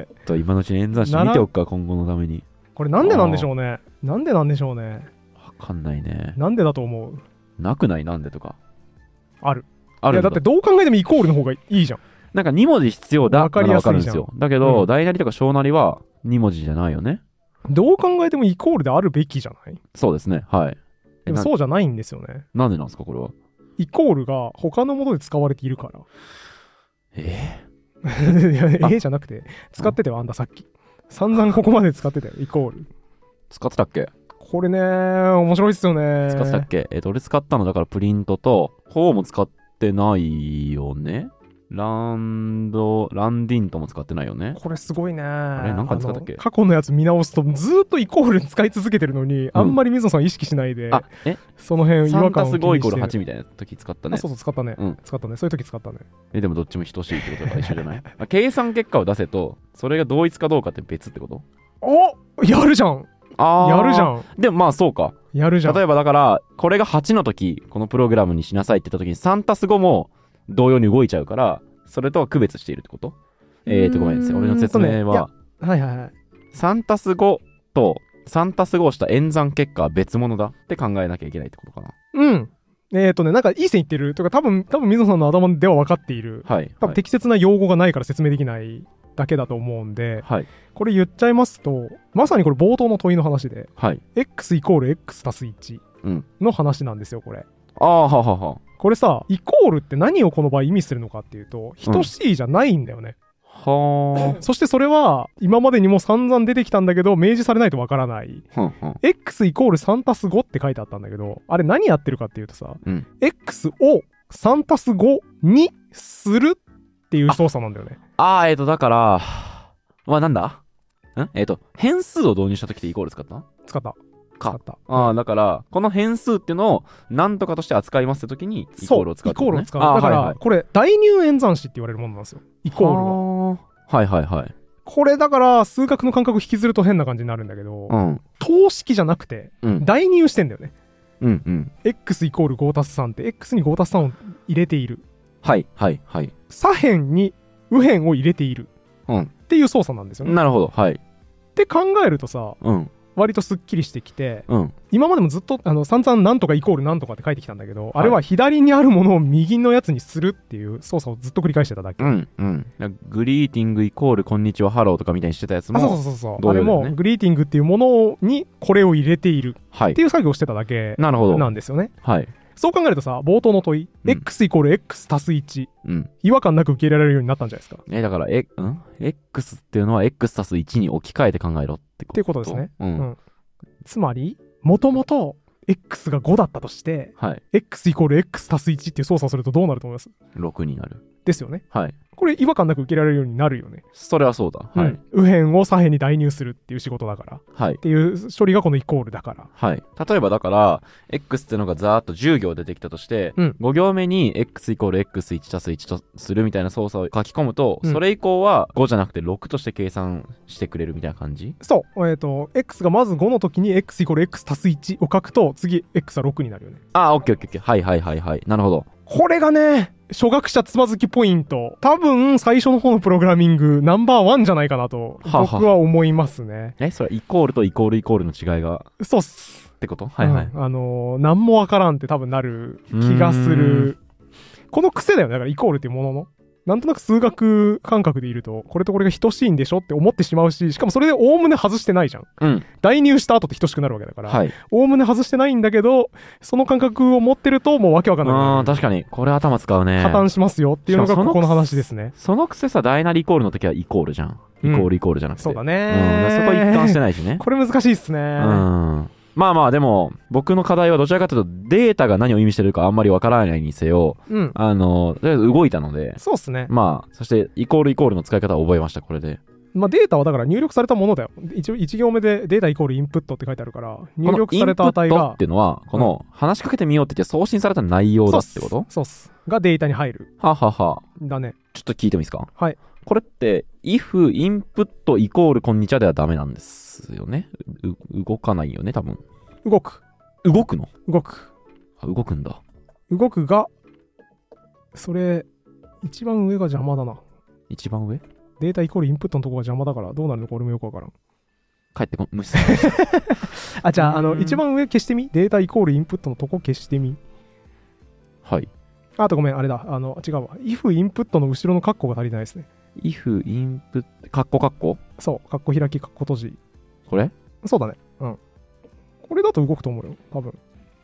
ちょっと今のうちに演算子見ておくか、今後のために。 これなんでなんでしょうね。なんでなんでしょうね。 わかんないね。 なんでだと思う？ なくない？なんでとか。 ある。 ある。 いやだってどう考えてもイコールの方がいいじゃん。 なんかに文字必要だわかりやすいじゃん。 わかるんですよ。だけど、うん、大なりとか小なりはに文字じゃないよね。 どう考えてもイコールであるべきじゃない？ そうですね。はい。 でもそうじゃないんですよね。 なんでなんですかこれは。 イコールが他のもので使われているから。 えー、ええじゃなくて使ってたよあんたさっき。散々ここまで使ってたよイコール。 使ってたっけ？これね面白いっすよね。 使ってたっけ？えっと俺使ったのだからプリントとフォーも使ってないよね。ランド、ランディントも使ってないよね。 これすごいね。 あれなんか使ったっけ？ 過去のやつ見直すとずっとイコール使い続けてるのに、うん、あんまり水野さん意識しないで、あえその辺違和感を気にしてる。さんたすごイコールはちみたいな時使ったね。 あそうそう使ったね、うん、使ったね。そういう時使ったね。 えでもどっちも等しいってことだから一緒じゃない？計算結果を出せとそれが同一かどうかって別ってこと？ おやるじゃん。あやるじゃん。 でもまあそうか。 やるじゃん。 例えばだからこれがはちの時このプログラムにしなさいって言った時に さんたすご も同様に動いちゃうからそれとは区別しているってこと？えーとごめんなさい。俺の説明は、 ね、はいはいはい。 さんたすご とさんたすごをした演算結果は別物だって考えなきゃいけないってことかな。 うん。えっ、ー、とね、なんかいい線いってるとか多分、多分水野さんの頭では分かっている。 はい。 多分適切な用語がないから説明できないだけだと思うんで、 はい。 これ言っちゃいますと、まさにこれ冒頭の問いの話で、 はい。 x イコール x 足すいちの話なんですよ、これ。 ああ、ははは。 これさ、イコールって何をこの場合意味するのかっていうと、等しいじゃないんだよね。 うん、はあ。 そしてそれは、今までにも散々出てきたんだけど、明示されないとわからない。 はんはん x イコールさんたすごって書いてあったんだけど、あれ何やってるかっていうとさ、 うん、 x をさんたすごにするっていう操作なんだよね。 ああ、えっ、ー、と、だから、まあなんだんえっ、ー、と、変数を導入した時ってイコール使った使った。 かったああだからこの変数っていうのを何とかとして扱いますって時にイコールを使う、ね、 イコールを使う。だから、はいはい、これ代入演算子って言われるものなんですよイコールは。 はいはいはい。 これだから数学の感覚を引きずると変な感じになるんだけど、 うん、 等式じゃなくて、うん、代入してんだよね。 うんうん。 x イコールごたすさんって x にごたすさんを入れている。 はいはいはい。 左辺に右辺を入れている、 うん、 っていう操作なんですよね。 なるほど。はい。 って考えるとさ、 うん割とすっきりしてきて、 うん、 今までもずっとあの散々なんとかイコールなんとかって書いてきたんだけど、はい、あれは左にあるものを右のやつにするっていう操作をずっと繰り返してただけ。 うんうん。グリーティングイコールこんにちはハローとかみたいにしてたやつも、 あそうそうそうそう、ね、あれもグリーティングっていうものにこれを入れているっていう作業をしてただけなんですよね。 はい。 そう考えるとさ、冒頭の問い、うん、x イコール x 足すいち、 うん、 違和感なく受け入れられるようになったんじゃないですか。 えだからえ、ん、x っていうのは x 足すいちに置き換えて考えろってこと。 っていうことですね。 うん。 うんつまり、もともと x がごだったとして、 はい、 x イコール x 足すいちっていう操作をするとどうなると思います？ ろくになる。 ですよね。 はい。 これ違和感なく受けられるようになるよね。 それはそうだ。はい。うん、 右辺を左辺に代入するっていう仕事だから。 はい。 っていう処理がこのイコールだから。 はい。例えばだから、x っていうのがざーっとじゅう行出てきたとして、 うん、ご行目に x イコール エックスいち 足すいちとするみたいな操作を書き込むと、うん、それ以降はごじゃなくてろくとして計算してくれるみたいな感じ？ そう。えっ、ー、と、x がまずごの時に x イコール x 足すいちを書くと、次 x はろくになるよね。 ああ、オッケーオッケーオッケー。はいはいはいはい。なるほど。 これがね、初学者つまずきポイント。多分、最初の方のプログラミング、ナンバーワンじゃないかなと、僕は思いますね。ははえ、それイコールとイコールイコールの違いが。 そうっす。 ってことはいはい。 うん、あのー、なんもわからんって多分なる気がする。この癖だよね。だからイコールっていうものの。なんとなく数学感覚でいると、これとこれが等しいんでしょって思ってしまうし、しかもそれでおおむね外してないじゃん。 うん。 代入した後って等しくなるわけだから、 はい。 おおむね外してないんだけど、その感覚を持ってるともうわけわかんない。 ああ、確かに。これ頭使うね。 破綻しますよっていうのがここの話ですね。 そのくせさ、大なりイコールの時はイコールじゃん。イコールイコールじゃなくて。 うん、そうだね。 うん。そこは一貫してないしね。 これ難しいっすね。 うん。まあまあでも僕の課題はどちらかというとデータが何を意味してるかあんまりわからないにせよ、 うん、 あのとりあえず動いたので、 そうっすね。 まあそしてイコールイコールの使い方を覚えました。これでまあデータはだから入力されたものだよ。一応いち行目でデータイコールインプットって書いてあるから、入力された値がインプットっていうのはこの話しかけてみようって言って送信された内容だってこと？ そうっす。がデータに入る。 ははは。 だね。 ちょっと聞いてもいいですか？ はい。 これって if インプットイコールこんにちはではダメなんですよね。動かないよね、多分。 動く。 動くの？ 動く。 あ、動くんだ。 動くが、それ、一番上が邪魔だな。 一番上？ データイコールインプットのとこが邪魔だから、どうなるのか俺もよくわからん。 帰ってこ、無視する。 あ、じゃあ、あの、一番上消してみ。データイコールインプットのとこ消してみ。 はい。 あとごめん、あれだ。あの、違うわ。if インプットの後ろのカッコが足りないですね。 if インプット、カッコカッコ？ そう、カッコ開き、カッコ閉じ。 これ？ そうだね。うん。これだと動くと思うよ、多分。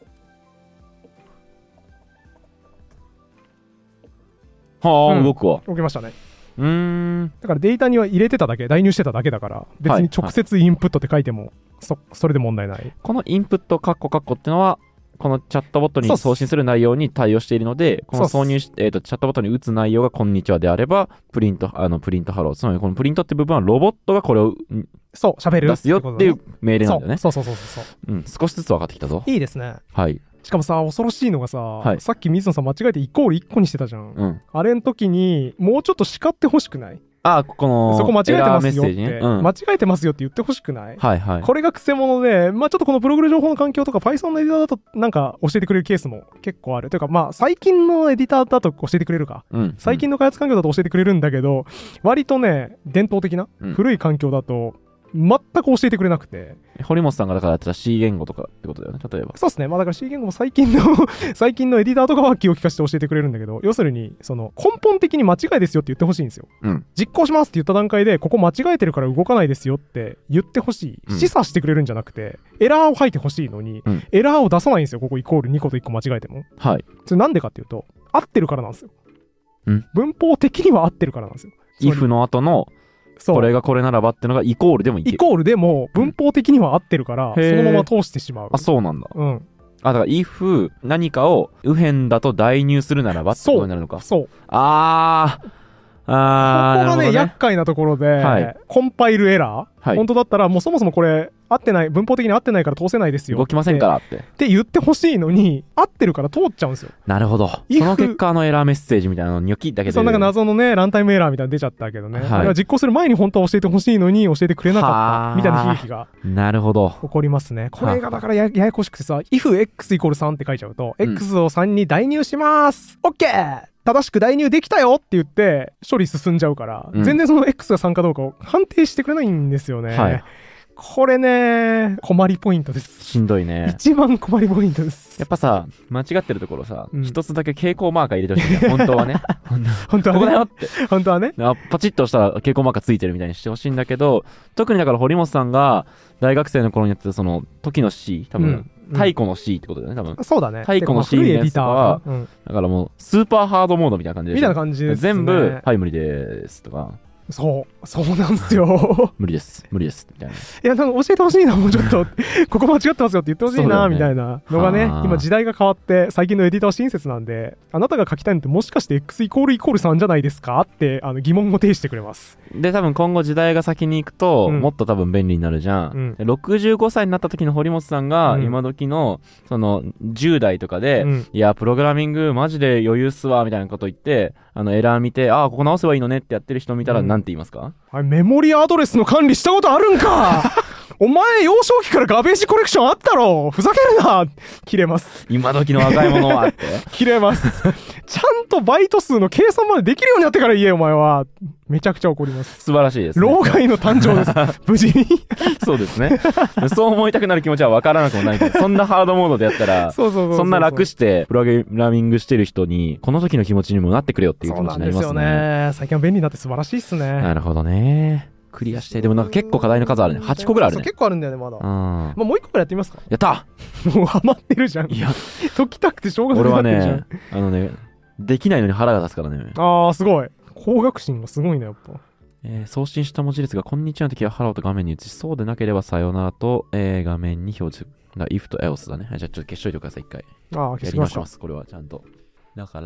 はあ、 うん、 動くわ。 動きましたね。 うーん。 だからデータには入れてただけ、代入してただけだから、別に直接インプットって書いても、はいはい、そ, それで問題ない。 このインプットカッコカッコってのは、このチャットボットに送信する内容に対応しているので、この挿入し、えーと、チャットボットに打つ内容がこんにちはであれば、プリント、あの、プリントハロー。つまりこのプリントって部分はロボットがこれを、 そう、喋る。 出すよっていう命令なんだよね。 そうそうそうそうそう。 うん、少しずつ分かってきたぞ。 いいですね。 はい。 しかもさ、恐ろしいのがさ、はい、さっき水野さん間違えてイコールいっこにしてたじゃん。うん、あれの時に、もうちょっと叱ってほしくない？ あ、このそこ間違えてますよって、 ね、うん、 間違えてますよって言ってほしくない？ はいはい。 これがクセモノで、まあちょっとこのプログラ情報の環境とか Python のエディターだとなんか教えてくれるケースも結構ある。というかまあ最近のエディターだと教えてくれるか。うん、最近の開発環境だと教えてくれるんだけど、割とね、伝統的な、うん、古い環境だと、全く教えてくれなくて。 堀本さんがだからやってた C 言語とかってことだよね、例えば。 そうですね。まあだから C 言語も最近の最近のエディターとかは気を利かせて教えてくれるんだけど、要するに、その根本的に間違いですよって言ってほしいんですよ。うん、実行しますって言った段階で、ここ間違えてるから動かないですよって言ってほしい。うん、示唆してくれるんじゃなくて、エラーを吐いてほしいのに、うん、エラーを出さないんですよ。ここイコールにこといっこ間違えても。 はい。 それなんでかっていうと、合ってるからなんですよ。うん、文法的には合ってるからなんですよ。 if の後の、これがこれならばってのがイコールでもいける。 イコールでも文法的には合ってるから、うん、そのまま通してしまう。 あ、そうなんだ。 うん。 あ、だから if 何かを右辺だと代入するならばってことになるのか。 そう。 あー。あここがね、ね厄介なところで、はい、コンパイルエラー、はい、本当だったらもうそもそもこれ合ってない、文法的に合ってないから通せないですよ。 動きませんからって。 って言ってほしいのに、合ってるから通っちゃうんですよ。 なるほど。その結果のエラーメッセージみたいなのニョキだけで。 そう、なんか謎のね、ランタイムエラーみたいなの出ちゃったけどね。はい、あれは実行する前に本当は教えてほしいのに教えてくれなかったみたいな悲劇が。 なるほど。 起こりますね。これがだから や, ややこしくてさ、if x イコールさんって書いちゃうと、うん、x をさんに代入します !OK! 正しく代入できたよって言って処理進んじゃうから、うん、全然その X がさんかどうかを判定してくれないんですよね。はい、これね、困りポイントです。 しんどいね。 一番困りポイントです。 やっぱさ、間違ってるところさ、一、うん、つだけ蛍光マーカー入れてほしいじゃん。本当はね。 本当はね。 ここだよって。 本当はね。 パチッとしたら蛍光マーカーついてるみたいにしてほしいんだけど、特にだから堀本さんが大学生の頃にやってたその時の C、多分、うん太古の C ってことだよね、多分。 そうだね。 太古の C のやつとかは、うん、だからもう、スーパーハードモードみたいな感じで。 みたいな感じです、ね。 全部、はい、無理ですとか。 そう、そうなんですよ。 無理です、無理です、みたいな。いや、なんか教えてほしいな、もうちょっと。ここ間違ってますよって言ってほしいな、ね、みたいなのがね、今時代が変わって、最近のエディターは親切なんで、あなたが書きたいのってもしかして X イコールイコールさんじゃないですかってあの疑問を呈してくれます。 で、多分今後時代が先に行くと、うん、もっと多分便利になるじゃん。うん、ろくじゅうごさいになった時の堀本さんが、今時の、その、じゅう代とかで、うん、いや、プログラミングマジで余裕っすわ、みたいなこと言って、あの、エラー見て、ああ、ここ直せばいいのねってやってる人見たら、なんて言いますか？ はい、メモリアドレスの管理したことあるんかお前幼少期からガベージコレクションあったろふざけるな切れます。 今時の若い者はって切れます。ちゃんとバイト数の計算までできるようになってから言えお前は。めちゃくちゃ怒ります。 素晴らしいです、ね。 老害の誕生です。無事に。 そうですね。そう思いたくなる気持ちは分からなくもないけど、そんなハードモードでやったら、そうそうそうそうそんな楽してプログラミングしてる人に、この時の気持ちにもなってくれよっていう気持ちになりますね。そうなんですよね。 最近は便利になって素晴らしいっすね。 なるほどね。クリアして、でもなんか結構課題の数あるね。はちこぐらいあるね。 そう結構あるんだよね、まだ。うん。まあ、もういっこぐらいやってみますか。 やったもうハマってるじゃん。いや、解きたくてしょうがない。 俺はね、あのね、できないのに腹が立つからね。 あー、すごい。高学心がすごいね、やっぱ。 えー、送信した文字列がこんにちはの時はハローと画面に映し、そうでなければさよならと、えー、画面に表示。だ if と else だね。はい、じゃあちょっと消しといてください、一回。 ああ、消しましょう。 これはちゃんと。だから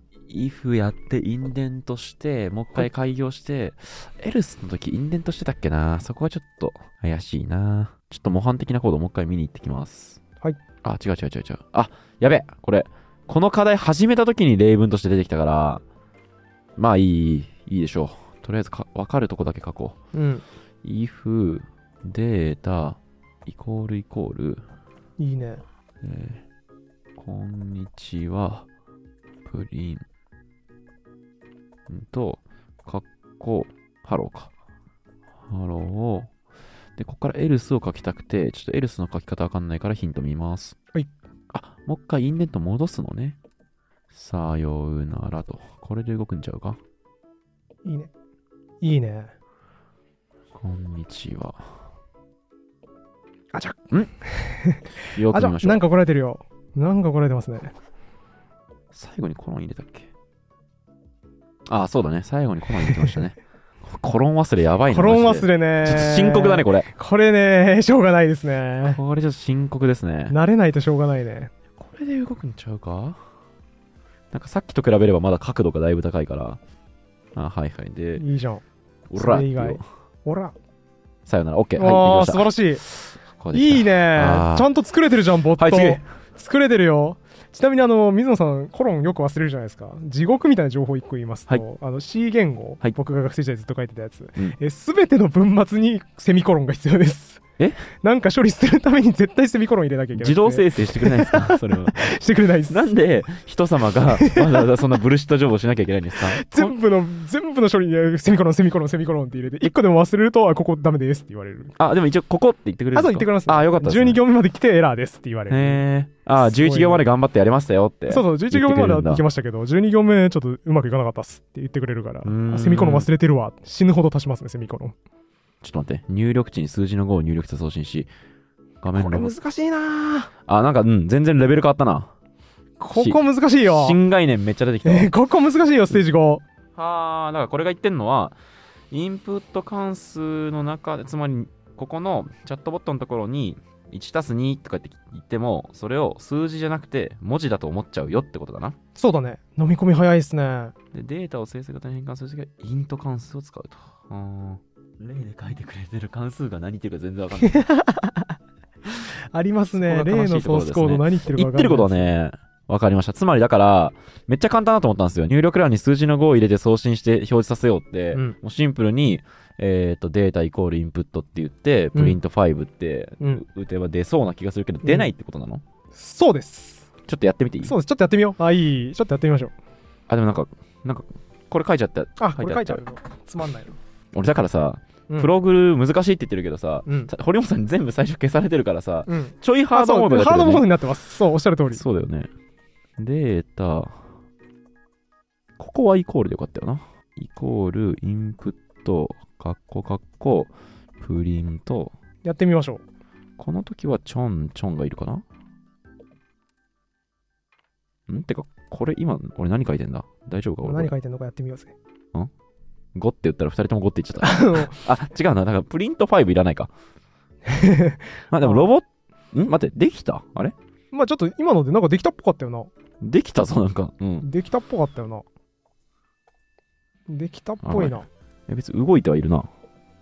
、if やってインデントして、もう一回開業して、else の時インデントしてたっけな。そこはちょっと怪しいな。ちょっと模範的なコードをもう一回見に行ってきます。 はい。 あ、違う違う違う違う。あ、やべ。これ、この課題始めた時に例文として出てきたから、まあいい、いいでしょう。ととりあえずか分かるとこだけ書こう。うん。 if データイコールイコール。 いいね。 えー、こんにちは。プリンと、カッコ、ハローか。ハローを。で、ここから else を書きたくて、ちょっと else の書き方わかんないからヒント見ます。 はい。 あ、もう一回インデント戻すのね。さようならと。これで動くんちゃうか。 いいね。いいね。 こんにちは。 あちゃんよく見ましょう。 なんか怒られてるよ。なんか怒られてますね。 最後にコロン入れたっけ。ああ、そうだね。最後にコロン入れてましたね。コロン忘れやばいな。 コロン忘れね。 ちょっと深刻だね、これ。 これね、しょうがないですね。 これちょっと深刻ですね。 慣れないとしょうがないね。 これで動くんちゃうか。なんかさっきと比べればまだ角度がだいぶ高いから。あ、はいはい。で、 いいじゃん。 おら。 以外。おら。 さよなら。オッケー。 はい、 ああ、素晴らしい。いいね。ちゃんと作れてるじゃん、ボット。はい、作れてるよ。ちなみにあの水野さんコロンよく忘れるじゃないですか。地獄みたいな情報いっこ言いますと、はい、あの C 言語、はい、僕が学生時代ずっと書いてたやつ、うん、え全ての文末にセミコロンが必要です。えなんか処理するために絶対セミコロン入れなきゃいけない。 自動生成してくれないですかそれは。 してくれないです。 なんで人様がわざわざそんなブルシット情報しなきゃいけないんですか。 全部の全部の処理にセミコロンセミコロンセミコロンって入れていっこでも忘れるとあここダメですって言われる。 あでも一応ここって言ってくれるんですか。 あそう言ってくれます、ね。 あよかったです、ね。 じゅうに行目まで来てエラーですって言われる。へえ。あじゅういち行まで頑張ってやりましたよって。 そうそうじゅういち行目までは行きましたけどじゅうに行目ちょっとうまくいかなかったっすって言ってくれるからセミコロン忘れてるわ死ぬほど足しますねセミコロン。 ちょっと待って入力値に数字のごを入力して送信し画面これ難しいなあなんかうん全然レベル変わったな。 ここ難しいよ。 新概念めっちゃ出てきた、 えー、ここ難しいよステージご。 はあだからこれが言ってんのはインプット関数の中でつまりここのチャットボットのところにいちたすにとかって言ってもそれを数字じゃなくて文字だと思っちゃうよってことだな。 そうだね飲み込み早いっすね。 でデータを生成型に変換するときはイント関数を使うと。あ例で書いてくれてる関数が何言ってるか全然わかんない。 ありますね。例のソースコード何言ってるか分かんない。 言ってることはね、わかりました。つまりだから、めっちゃ簡単だと思ったんですよ。入力欄に数字のごを入れて送信して表示させようって、うん、もうシンプルに、えっと、データイコールインプットって言って、プリントファイブって打てば出そうな気がするけど、うん、出ないってことなの？ そうです。 ちょっとやってみていい？ そうです。ちょっとやってみよう。あ、いい。ちょっとやってみましょう。 あ、でもなんか、なんか、これ書いちゃった。 あ、これ書いちゃう。つまんないの。 俺だからさ、プログル難しいって言ってるけどさ、うん、堀本さんに全部最初消されてるからさ、うん、ちょいハードモード、ね、 ハードモードになってます。そうおっしゃる通り。 そうだよね。データここはイコールでよかったよな。イコールインプットカッコカッコプリントやってみましょう。 この時はちょんちょんがいるかなんてかこれ今俺何書いてんだ大丈夫か俺何書いてんのかやってみようぜ。 んごって言ったらふたりともごって言っちゃったあ違うなだからプリントファイブいらないかまあでもロボん待ってできたあれまあちょっと今のでなんかできたっぽかったよな。 できたぞなんかうんできたっぽかったよな。できたっぽいな。いや別に動いてはいるな。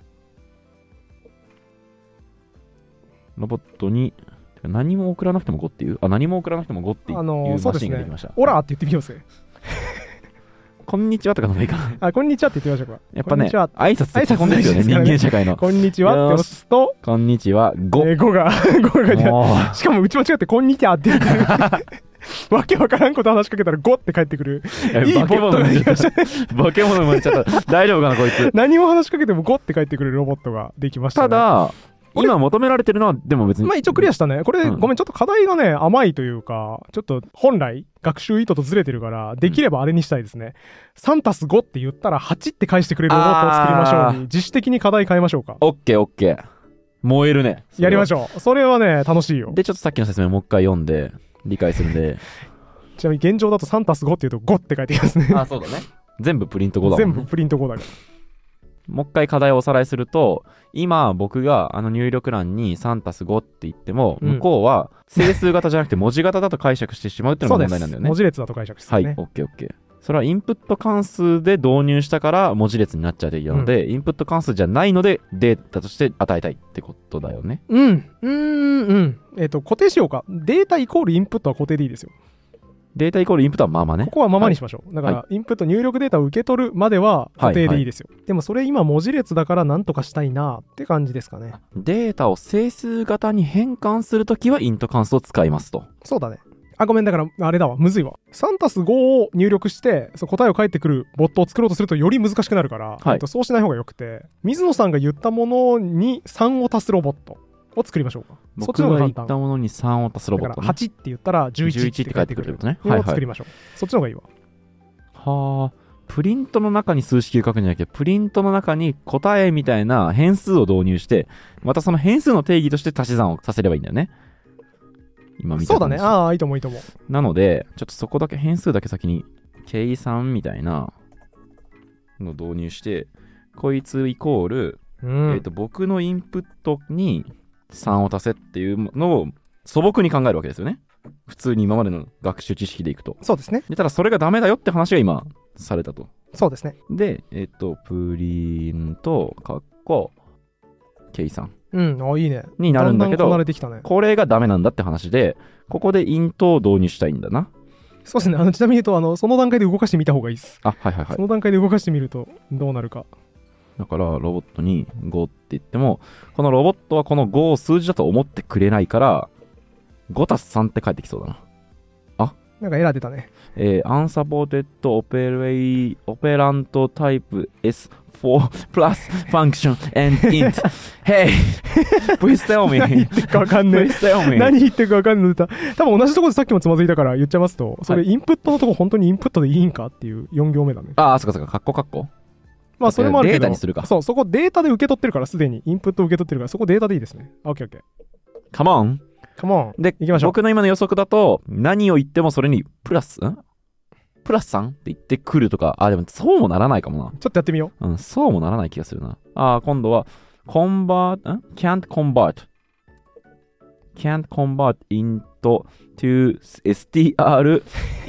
ロボットに何も送らなくてもごっていうあ何も送らなくてもごっていうマシンができました。 オラーって言ってみようぜ。 こんにちはとかのもいいかな。 あ、こんにちはって言ってみましょうか。 やっぱね、挨拶って基本ですよね、人間社会の。 こんにちはって押すと、 こんにちは、ご。 えー、ごが、ごが、しかもうち間違って、こんにちはって言ってる。わけわからんこと話しかけたらごって返ってくる。いいボットができました。 化け物生まれちゃった。大丈夫かな、こいつ。 何も話しかけてもごって返ってくるロボットができました、ね。 ただ、今求められてるのはでも別にまあ一応クリアしたね。これ、うん、ごめんちょっと課題がね甘いというかちょっと本来学習意図とずれてるからできればあれにしたいですね、うん、さんたすごって言ったらはちって返してくれるロボットを作りましょうに自主的に課題変えましょうか。 オッケーオッケー燃えるね。 やりましょう。それはね楽しいよ。 でちょっとさっきの説明もう一回読んで理解するんでちなみに現状だとさんたすごって言うとごって書いてきますね。 あそうだね全部プリントごだもんね。 全部プリントごだからもう一回課題をおさらいすると今僕があの入力欄にさんたすごって言っても、うん、向こうは整数型じゃなくて文字型だと解釈してしまうっていうのが問題なんだよね。 文字列だと解釈してね。 はい オーケーオーケー。それはインプット関数で導入したから文字列になっちゃうといいので、うん、インプット関数じゃないのでデータとして与えたいってことだよね。 うんうんうんえっ、ー、と固定しようか。データイコールインプットは固定でいいですよ。 データイコールインプットはままね。 ここはままにしましょう。はい、だから、インプット入力データを受け取るまでは固定でいいですよ。はいはい、でもそれ今文字列だからなんとかしたいなって感じですかね。 データを整数型に変換するときはイント関数を使いますと。 そうだね。あ、ごめん、だから、あれだわ、むずいわ。さんたすごを入力して、そ答えを返ってくるボットを作ろうとするとより難しくなるから、はい、えっと、そうしない方がよくて、水野さんが言ったものにさんを足すロボットを作りましょうか。 僕が言ったものにさんを足すロボット、ね。 だからはちって言ったらじゅういちって返ってくるね。 を作りましょう。はいはい、そっちの方がいいわ。 はあ。プリントの中に数式を書くんじゃなくて、プリントの中に答えみたいな変数を導入して、またその変数の定義として足し算をさせればいいんだよね。今見たそうだね。ああ、いいと思う、いいと思う。 なので、ちょっとそこだけ、変数だけ先に、計算みたいなのを導入して、こいつイコール、うん、えっと、僕のインプットにさんを足せっていうのを素朴に考えるわけですよね。普通に今までの学習知識でいくと。 そうですね。 で、ただそれがダメだよって話が今、されたと。 そうですね。 で、えっと、プリント、カッコ、計算。 うん、あ、いいね。 になるんだけど、 だんだんこなれてきたね、 これがダメなんだって話で、ここでイントを導入したいんだな。 そうですね。あのちなみに言うと、あのその段階で動かしてみた方がいいです。 あ、はいはいはい。 その段階で動かしてみるとどうなるか。 だから、ロボットにごって言っても、このロボットはこのごを数字だと思ってくれないから、ごたすさんって返ってきそうだな。あ、 なんかエラー出たね。 えー、unsupported operate operand type エスフォー plus function and int hey please tell me 何言ってるか分かんない何言ってるか分かんない。多分同じところでさっきもつまずいたから言っちゃいますと、それインプットのとこ本当にインプットでいいんかっていうよん行目だね。 ああ、そっかそっか、カッコカッコ。 まあそれもあるけど、 データにするか。 そう、そこデータで受け取ってるから、すでにインプット受け取ってるから、そこデータでいいですね。オッケーオッケー。 Come on Come on で、 行きましょう。 僕の今の予測だと、何を言ってもそれにプラスんプラスさんって言ってくるとか、あ、でもそうもならないかもな。 ちょっとやってみよう。うん、そうもならない気がするな。あ、今度は、convert、ん can't convert can't convert into to str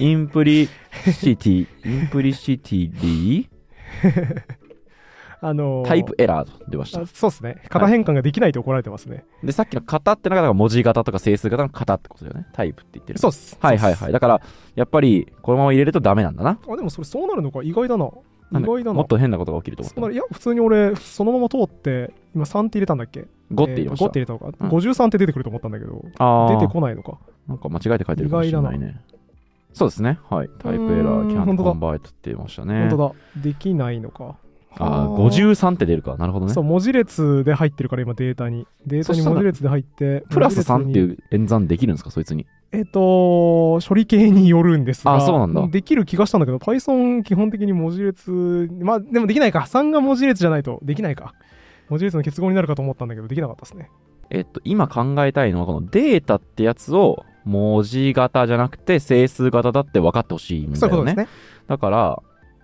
implicity implicitly あのー、 タイプエラーと出ました。 そうですね。型変換ができないと怒られてますね。 はい、で、さっきの型ってのが文字型とか整数型の型ってことだよね。タイプって言ってる。 そうっす。 はいはいはい。だから、やっぱり、このまま入れるとダメなんだな。 あ、でもそれそうなるのか。意外だな。意外だな。 もっと変なことが起きると思った。 いや、普通に俺、そのまま通って、今さんって入れたんだっけ ? ご って入れました。 ごって入れたのか。うん、ごじゅうさんって出てくると思ったんだけど、出てこないのか。 なんか間違えて書いてるかもしれないね。そうですね。はい。タイプエラー、キャンコンバイトって言いましたね。 本当だ。できないのか。 ああ、ごじゅうさんって出るか。なるほどね。 そう、文字列で入ってるから今データに。データに文字列で入って。 プラスさんっていう演算できるんですか、そいつに。 えっと、処理系によるんですが。 あ、そうなんだ。 できる気がしたんだけど、Python 基本的に文字列、まあでもできないか。さんが文字列じゃないとできないか。文字列の結合になるかと思ったんだけど、できなかったですね。 えっと、今考えたいのは、このデータってやつを文字型じゃなくて整数型だって分かってほしいんだよね。 そういうことですね。 だから、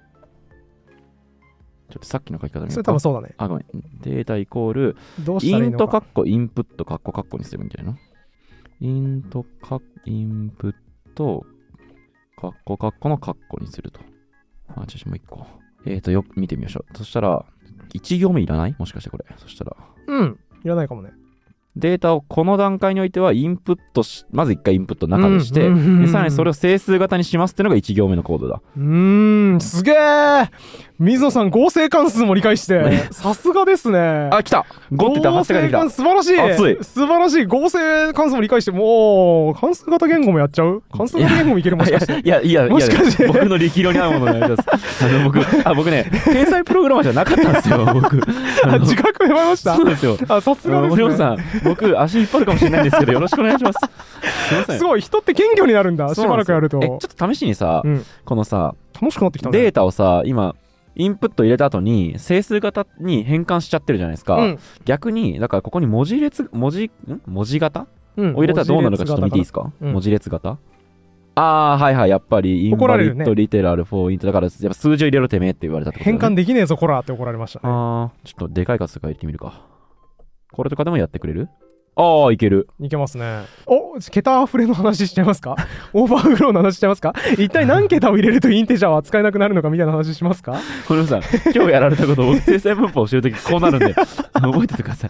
ちょっとさっきの書き方見ると。 それ多分そうだね。 あ、ごめん。データイコール、 どうしたらいいのか。 イントカッコインプットカッコカッコにすればいいんじゃないの？イントカッコインプットカッコカッコのカッコにすると。あ、ちょっともう一個。えっと、よく見てみましょう。そしたら、いち行目いらない？もしかしてこれ。そしたら。 うん。いらないかもね。 データをこの段階においてはインプットし、まず一回インプット中でして、うん、でさらにそれを整数型にしますっていうのがいち行目のコードだ。 うーん、すげえ水野さん、合成関数も理解して、さすがですね。 あ、来た !ご って言ったらはちが出てきた。 素晴らしい熱い素晴らしい合成関数も理解して、もう、関数型言語もやっちゃう関数型言語もいけるもしかして。 いや、いや、いや、 もしかして僕の力量に合うものになります。あの、僕、あ、僕ね、天才プログラマーじゃなかったんですよ、僕。 あ、自覚芽生えました？ そうですよ。 あ、さすがですね。 森本さん、僕、足引っ張るかもしれないんですけど、よろしくお願いします。すいません。 すごい、人って謙虚になるんだ、しばらくやると。 え、ちょっと試しにさ、うん、このさ、 楽しくなってきたね。 データをさ、今、インプット入れた後に整数型に変換しちゃってるじゃないですか。うん、逆に、だからここに文字列、文字、ん文字型、うん、を入れたらどうなるかちょっと見ていいですか？うん、文字列型。あー、はいはい、やっぱり、インバリット、リテラル、フォーイント、だから、やっぱ数字を入れろてめえって言われたってこと、ね、 変換できねえぞ、こらって怒られましたね。 あー、ちょっとでかい数とか入れてみるか。これとかでもやってくれる？ああ、いける。 いけますね。お、桁溢れの話しちゃいますか？オーバーフローの話しちゃいますか？一体何桁を入れるとインテジャーは使えなくなるのかみたいな話しますか？ これさん、今日やられたことを生成文法を教えるときこうなるんで、覚えててください。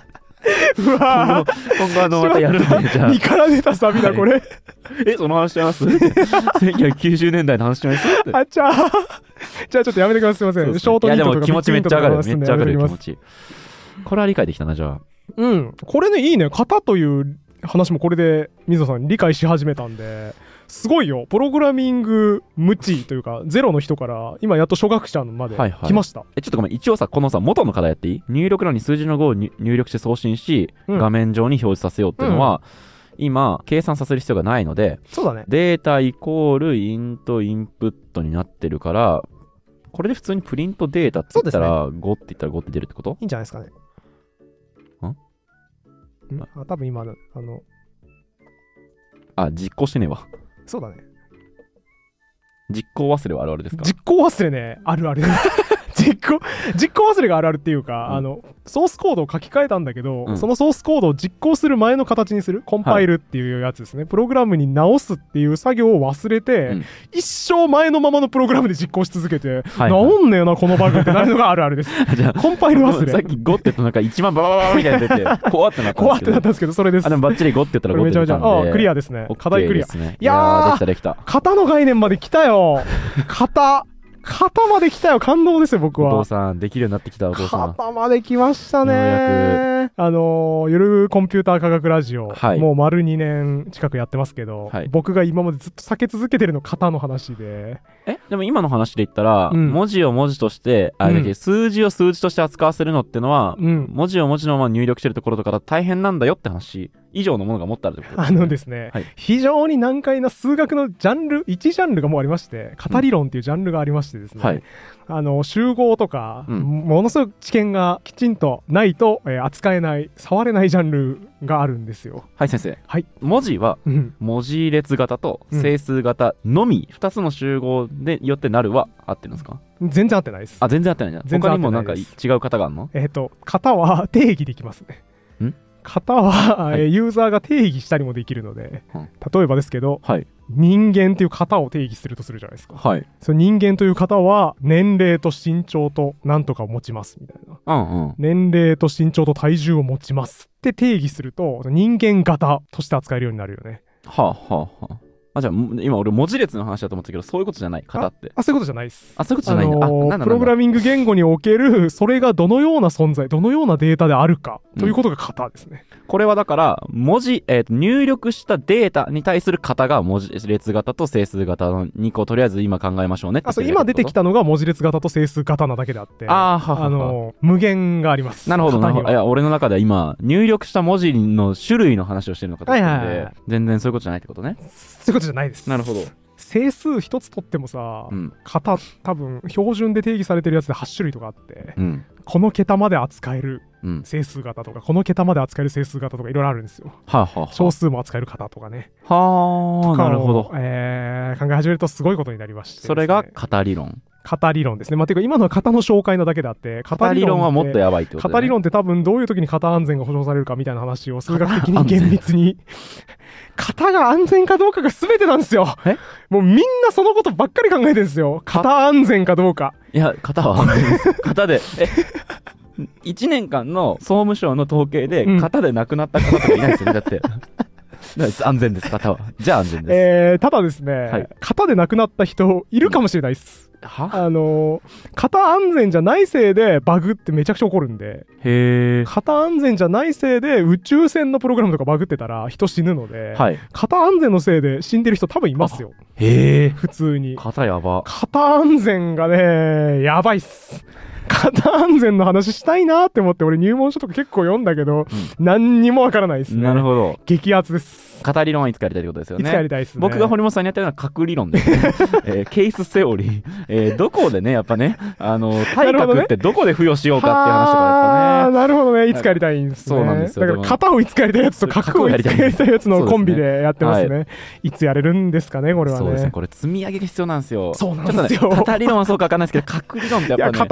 うわ今後あのまたやるんで、じゃあ身から出たサビだこれ、はい、 えその話しちゃいますせんきゅうひゃくきゅうじゅうねんだいの話しちゃいますあちゃーじゃあちょっとやめてください、すいません、ね、ショートニットとか、 いやでも気持ちめっちゃ上がる、めっちゃ上がる気持ち。これは理解できたな。じゃあうんこれねいいね、型という話もこれで水野さん理解し始めたんで、すごいよ。プログラミング無知というかゼロの人から今やっと初学者まで来ました、はいはい、 えちょっとごめん、一応さこのさ元の課題やっていい？入力欄に数字のごを入力して送信し、うん、画面上に表示させようっていうのは、うん、今計算させる必要がないので、 そうだね、 データイコールイントインプットになってるから、これで普通にプリントデータって言ったら、ね、ごって言ったらごって出るってこと？ いいんじゃないですかね。んんあ多分今のあのあ実行してねえわ。 そうだね。 実行忘れはあるあるですか？ 実行忘れね、あるあるです。実行、実行忘れがあるあるっていうか、うん、あの、ソースコードを書き換えたんだけど、うん、そのソースコードを実行する前の形にする、コンパイルっていうやつですね。はい、プログラムに直すっていう作業を忘れて、うん、一生前のままのプログラムで実行し続けて、はいはい、治んねえな、このバグってなるのがあるあるです。じゃあ、コンパイル忘れ。 さっきごって言ったなんかいちまんババババみたいな出て、怖ってなったんですけど。 怖ってなったんですけど、それです。 あ、でもバッチリごって言ったらごって言ったんで。 ああ、クリアですね。課題クリア。 ね、いやー、できたできた。 型の概念まで来たよ。型。型まで来たよ。感動ですよ僕は。 お父さんできるようになってきた。お父さん型まで来ましたね。ようやくあのー、夜コンピューター科学ラジオ、はい、もう丸にねん近くやってますけど、はい、僕が今までずっと避け続けてるの型の話で、 えでも今の話で言ったら、うん、文字を文字としてあれだけ、うん、数字を数字として扱わせるのってのは、うん、文字を文字のまま入力してるところとかだと大変なんだよって話以上のものが持ってあるってことですね。 あのですね、はい、非常に難解な数学のジャンルいちジャンルがもうありまして、型理論っていうジャンルがありましてですね、はい、あの集合とか、うん、ものすごく知見がきちんとないと、えー、扱えない触れないジャンルがあるんですよ。 はい先生、 はい、 文字は文字列型と整数型のみふたつの集合でよってなるは合ってるんですか？ 全然合ってないです。 あ全然合ってないじゃん。他にもなんか違う型があるの？ えっと型は定義できますね。ん型は、はい、ユーザーが定義したりもできるので、うん、例えばですけど、はい、人間という型を定義するとするじゃないですか、はい、その人間という型は年齢と身長と何とかを持ちますみたいな、うんうん、年齢と身長と体重を持ちますって定義すると人間型として扱えるようになるよね。 はあはあはあ。あじゃあ今俺文字列の話だと思ったけどそういうことじゃない、型って。 あそういうことじゃないです。 あそういうことじゃないんだ、あのー、あなんだプログラミング言語におけるそれがどのような存在どのようなデータであるかということが型ですね、 うん、これはだから文字、えーと、入力したデータに対する型が文字列型と整数型のにことりあえず今考えましょうねって。 あそう今出てきたのが文字列型と整数型なだけであって、 あーははは、 あのー、無限があります。 なるほどなるほど。いや俺の中では今入力した文字の種類の話をしてるのかと思って、はいはいはい、全然そういうことじゃないってことね。 そういうことじゃないです。 なるほど。 整数一つ取ってもさ、うん、型多分標準で定義されてるやつではち種類とかあって、うん、この桁まで扱える整数型とか、うん、この桁まで扱える整数型とかいろいろあるんですよ。はあはあはあ、小数も扱える型とかね。 はあ、なるほど。 えー、考え始めるとすごいことになりまして、ね、 それが型理論。 型理論ですね。まあ、ていうか今のは型の紹介なだけであって、 型理論はもっとやばいってことだよね。 型理論って多分どういう時に型安全が保証されるかみたいな話を数学的に厳密に型が安全かどうかが全てなんですよ。えもうみんなそのことばっかり考えてるんですよ。型安全かどうか。 いや型は安全です。型でえいちねんかんの総務省の統計で型で亡くなった方とかいないですよね、うん、だって安全です、型は。じゃあ安全です。 えー、ただですね、はい、型で亡くなった人いるかもしれないです。はあのー、型安全じゃないせいでバグってめちゃくちゃ起こるんで、へ型安全じゃないせいで宇宙船のプログラムとかバグってたら人死ぬので、はい、型安全のせいで死んでる人多分いますよ。へ普通に。 型やば。 型安全がねやばいっす。型安全の話したいなって思って俺入門書とか結構読んだけど、うん、何にもわからないですね。 なるほど。 激アツです。 型理論はいつかやりたいってことですよね。 いつかやりたいですね。 僕が堀本さんにやってるのは核理論です、ねえー、ケースセオリー、えー、どこでねやっぱねあの対角ってどこで付与しようかっていう話とかやっぱね。 なるほどね。いつかやりたいんですね。 そうなんですよ。 だから型をいつかやりたいやつと核をいつかやりたいやつのコンビでやってますね。はい、いつやれるんですかねこれはね。 そうですね。これ積み上げが必要なんですよ。 そうなんですよ。 ちょっとね型理論はそうかわかんないですけど核理論ってやっぱね。 いや型理論も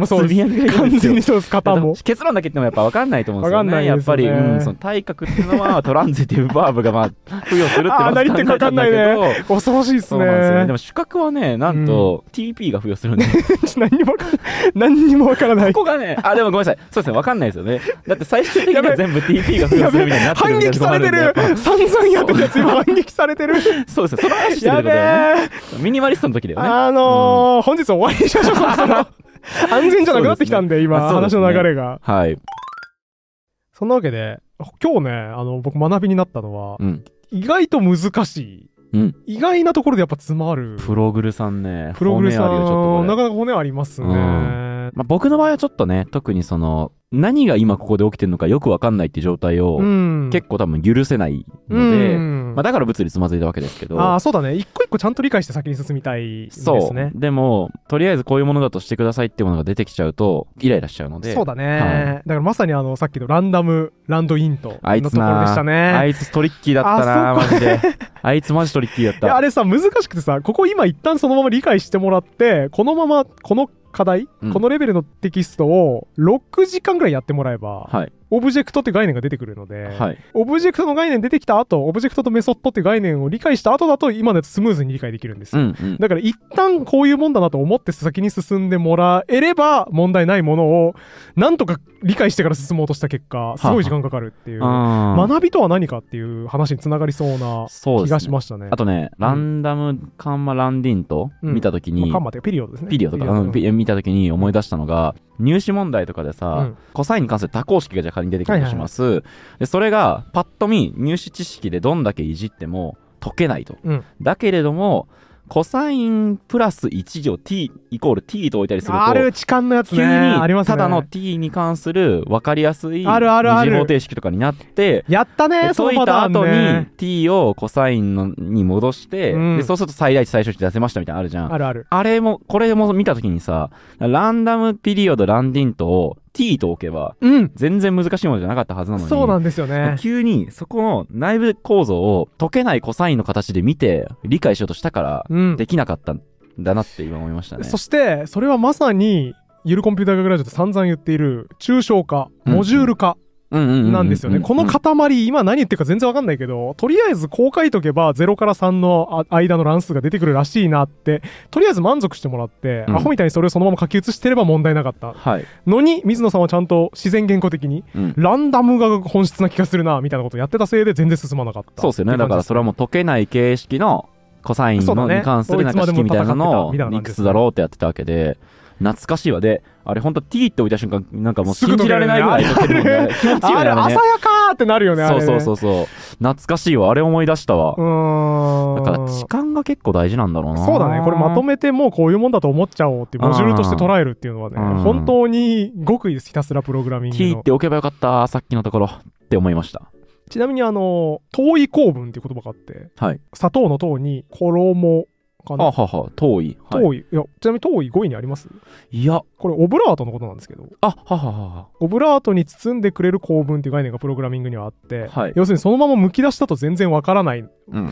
そうです。 積み上げがいいんですよ。 完全にそうです。型も。 結論だけ言ってもやっぱ分かんないと思うんですよね。 分かんないですよね。 やっぱり、うん、その体格っていうのはトランジティブバーブがまあ付与するっていうのは何言ってか分かんないね。恐ろしいですね。そうなんですよね。 でも主格はね、なんと ティーピー が付与するんで。 何にも分からない。何にも分からない。 ここがね、あ、でもごめんなさい。そうですね、分かんないですよね。だって最終的には全部 ティーピー が付与するみたいになってるんで。 反撃されてる。散々やってたやつ今反撃されてる。 そうですね、その話してることだよね。ミニマリストの時だよね。 あのー、本日終わりにしましょう。その安全じゃなくなってきたんで、今、話の流れが。 はい。 そんなわけで、今日ね、あの、僕学びになったのは、意外と難しい。うん、意外なところでやっぱ詰まる。 プログルさんね。 プログルさん、なかなか骨ありますね。うん、 まあ、僕の場合はちょっとね、特にその、何が今ここで起きてるのかよくわかんないって状態を、結構多分許せないので、まあ、だから物理つまずいたわけですけど。 ああ、そうだね。一個一個ちゃんと理解して先に進みたいですね。 そう。でも、とりあえずこういうものだとしてくださいっていうものが出てきちゃうと、イライラしちゃうので。 そうだね。はい、だからまさにあの、さっきのランダム、ランドイントのところでしたね。 あいつトリッキーだったな、マジで。あいつマジトリッキーだった。 いや、あれさ、難しくてさ、ここ今一旦そのまま理解してもらって、このまま、この課題、うん、このレベルのテキストをろくじかんぐらいやってもらえば、はい、オブジェクトって概念が出てくるので、はい、オブジェクトの概念出てきた後、オブジェクトとメソッドって概念を理解した後だと今のやつスムーズに理解できるんですよ、うんうん、だから一旦こういうもんだなと思って先に進んでもらえれば問題ないものをなんとか理解してから進もうとした結果すごい時間かかるっていう、はは学びとは何かっていう話につながりそうな気がしましたね。 あとね、ランダムカンマランディント見たときに、うんまあ、 カンマってピリオドですね。 ピリオドとか、うん、見たときに思い出したのが、入試問題とかでさ、うん、コサインに関する多項式がじゃあ仮に出てきたとします、はいはいはい、でそれがパッと見入試知識でどんだけいじっても解けないと、うん、だけれどもコサインプラスいち乗 t イコール t と置いたりするとある痴漢のやつね急ありますねにただの t に関する分かりやすいあるあるある二次方程式とかになってやったね解いた後に t をコサインのに戻して、うん、でそうすると最大値最小値出せましたみたいなのあるじゃん。 あるある。 あれもこれも見た時にさランダムピリオドランディントを t と置けば、うん、全然難しいものじゃなかったはずなのにそうなんですよね。 急にそこの内部構造を解けないコサインの形で見て理解しようとしたからできなかったんだなって今思いましたね、うん、 そしてそれはまさにゆるコンピューター学ラジオで散々言っている抽象化モジュール化、うんなんですよね。この塊、今何言ってるか全然わかんないけど、とりあえずこう書いとけばゼロからさんの間の乱数が出てくるらしいなって、とりあえず満足してもらって、うん、アホみたいにそれをそのまま書き写してれば問題なかった。はい、のに、水野さんはちゃんと自然言語的に、うん、ランダムが本質な気がするな、みたいなことをやってたせいで全然進まなかった。 そうですよね。だからそれはもう解けない形式のコサインのに関するなんか式みたいなのをいくつだろうってやってたわけで、懐かしいわ。で、あれほんと t って置いた瞬間なんかもう信じられないぐらい解けるもんね。気持ちいいよね。 あれ朝やかーってなるよね。 そうそうそうそう。懐かしいわ。あれ思い出したわ。うーん。だから時間が結構大事なんだろうな。 そうだね。これまとめてもうこういうもんだと思っちゃおうっていうモジュールとして捉えるっていうのはね、本当に極意です。ひたすらプログラミングの。 t って置けばよかったさっきのところって思いました。 ちなみにあの遠い構文っていう言葉があって、はい、砂糖の糖に衣かな。 あはは遠い、 はい、遠い。いやちなみに遠いごいにあります？ いやこれオブラートのことなんですけど、 あはははオブラートに包んでくれる構文っていう概念がプログラミングにはあって、はい、要するにそのまま剥き出したと全然わからない、うん、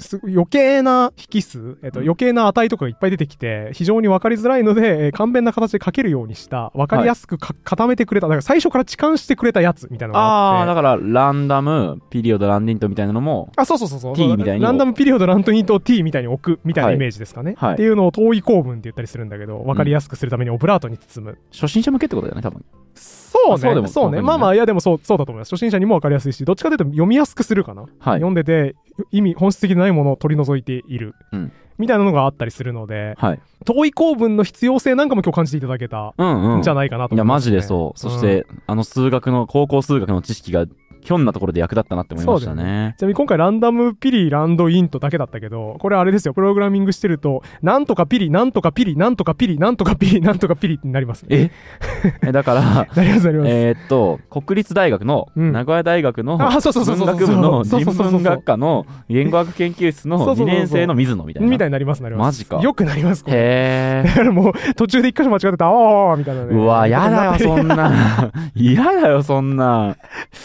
余計な引数、えっと、余計な値とかがいっぱい出てきて非常に分かりづらいので、えー、簡便な形で書けるようにした分かりやすくか、はい、固めてくれた、だから最初から痴漢してくれたやつみたいなのがあって、 ああだからランダムピリオドランディントみたいなのもあそうそうそうそう t みたいにランダムピリオドランディントを t みたいに置くみたいなイメージですかね、はい、っていうのを遠い構文って言ったりするんだけど分かりやすくするためにオブラートに包む、 初心者向けってことだよね多分。 そうね、そう, そうね、まあまあ、いやでもそう、そうだと思います。初心者にも分かりやすいし、どっちかというと読みやすくするかな。はい、読んでて、意味、本質的でないものを取り除いている。うん、みたいなのがあったりするので、はい、遠い構文の必要性なんかも今日感じていただけたんじゃないかなと思います、ね。うんうん、いや、マジでそう。そして、うん、あの数学の、高校数学の知識が、ひょんなところで役立ったなって思いましたね。ねちなみに今回ランダムピリランドイントだけだったけど、これあれですよ、プログラミングしてるとなんとかピリなんとかピリなんとかピリなんとかピリなんとかピリってなります、ね、 えだからなりますなりますえー、っと国立大学の、うん、名古屋大学の文学部の人文学科の言語学研究室のにねん生の水野みたいなみたいになりますなります。 マジか。 よくなります。 へえ。だからもう途中で一箇所間違ってたああみたいなね。 うわやだよそんな嫌だよそんな。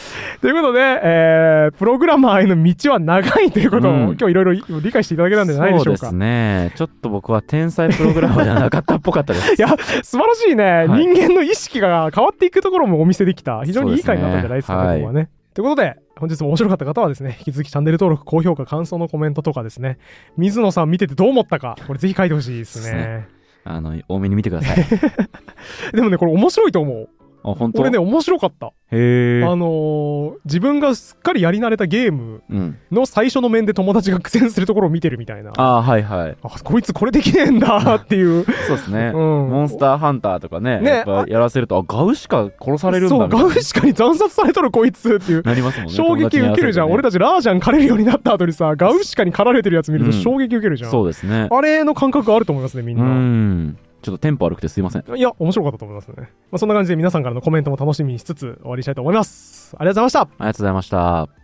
ということで、えー、プログラマーへの道は長いということを、うん、今日いろいろ理解していただけたんじゃないでしょうか。 そうですね。ちょっと僕は天才プログラマーじゃなかったっぽかったです。 いや、素晴らしいね、はい。人間の意識が変わっていくところもお見せできた。非常にいい回になったんじゃないですか、ね、はい、ここはね。ということで、本日も面白かった方はですね、引き続きチャンネル登録、高評価、感想のコメントとかですね、水野さん見ててどう思ったか、これぜひ書いてほしいですね。 あの、多めに見てください。 でもね、これ面白いと思う。 あ、本当？ 俺ね、面白かった。 へー。 あのー、自分がすっかりやり慣れたゲームの最初の面で友達が苦戦するところを見てるみたいな。 あ、はいはい。 あ、こいつこれできねえんだっていう。 そうですね、うん。モンスターハンターとかね、ね、やっぱやらせると、あ、ガウシカ殺されるんだみたいな。 そう、ガウシカに惨殺されとるこいつっていう。 なりますもんね。 衝撃受けるじゃん。ね、俺たちラージャン狩れるようになった後にさ、ガウシカに狩られてるやつ見ると衝撃受けるじゃん。 うん、そうですね。 あれの感覚あると思いますね、みんな。 うん。ちょっとテンポ悪くてすいません。 いや、面白かったと思いますね。まあ、そんな感じで皆さんからのコメントも楽しみにしつつ終わりしたいと思います。ありがとうございました。ありがとうございました。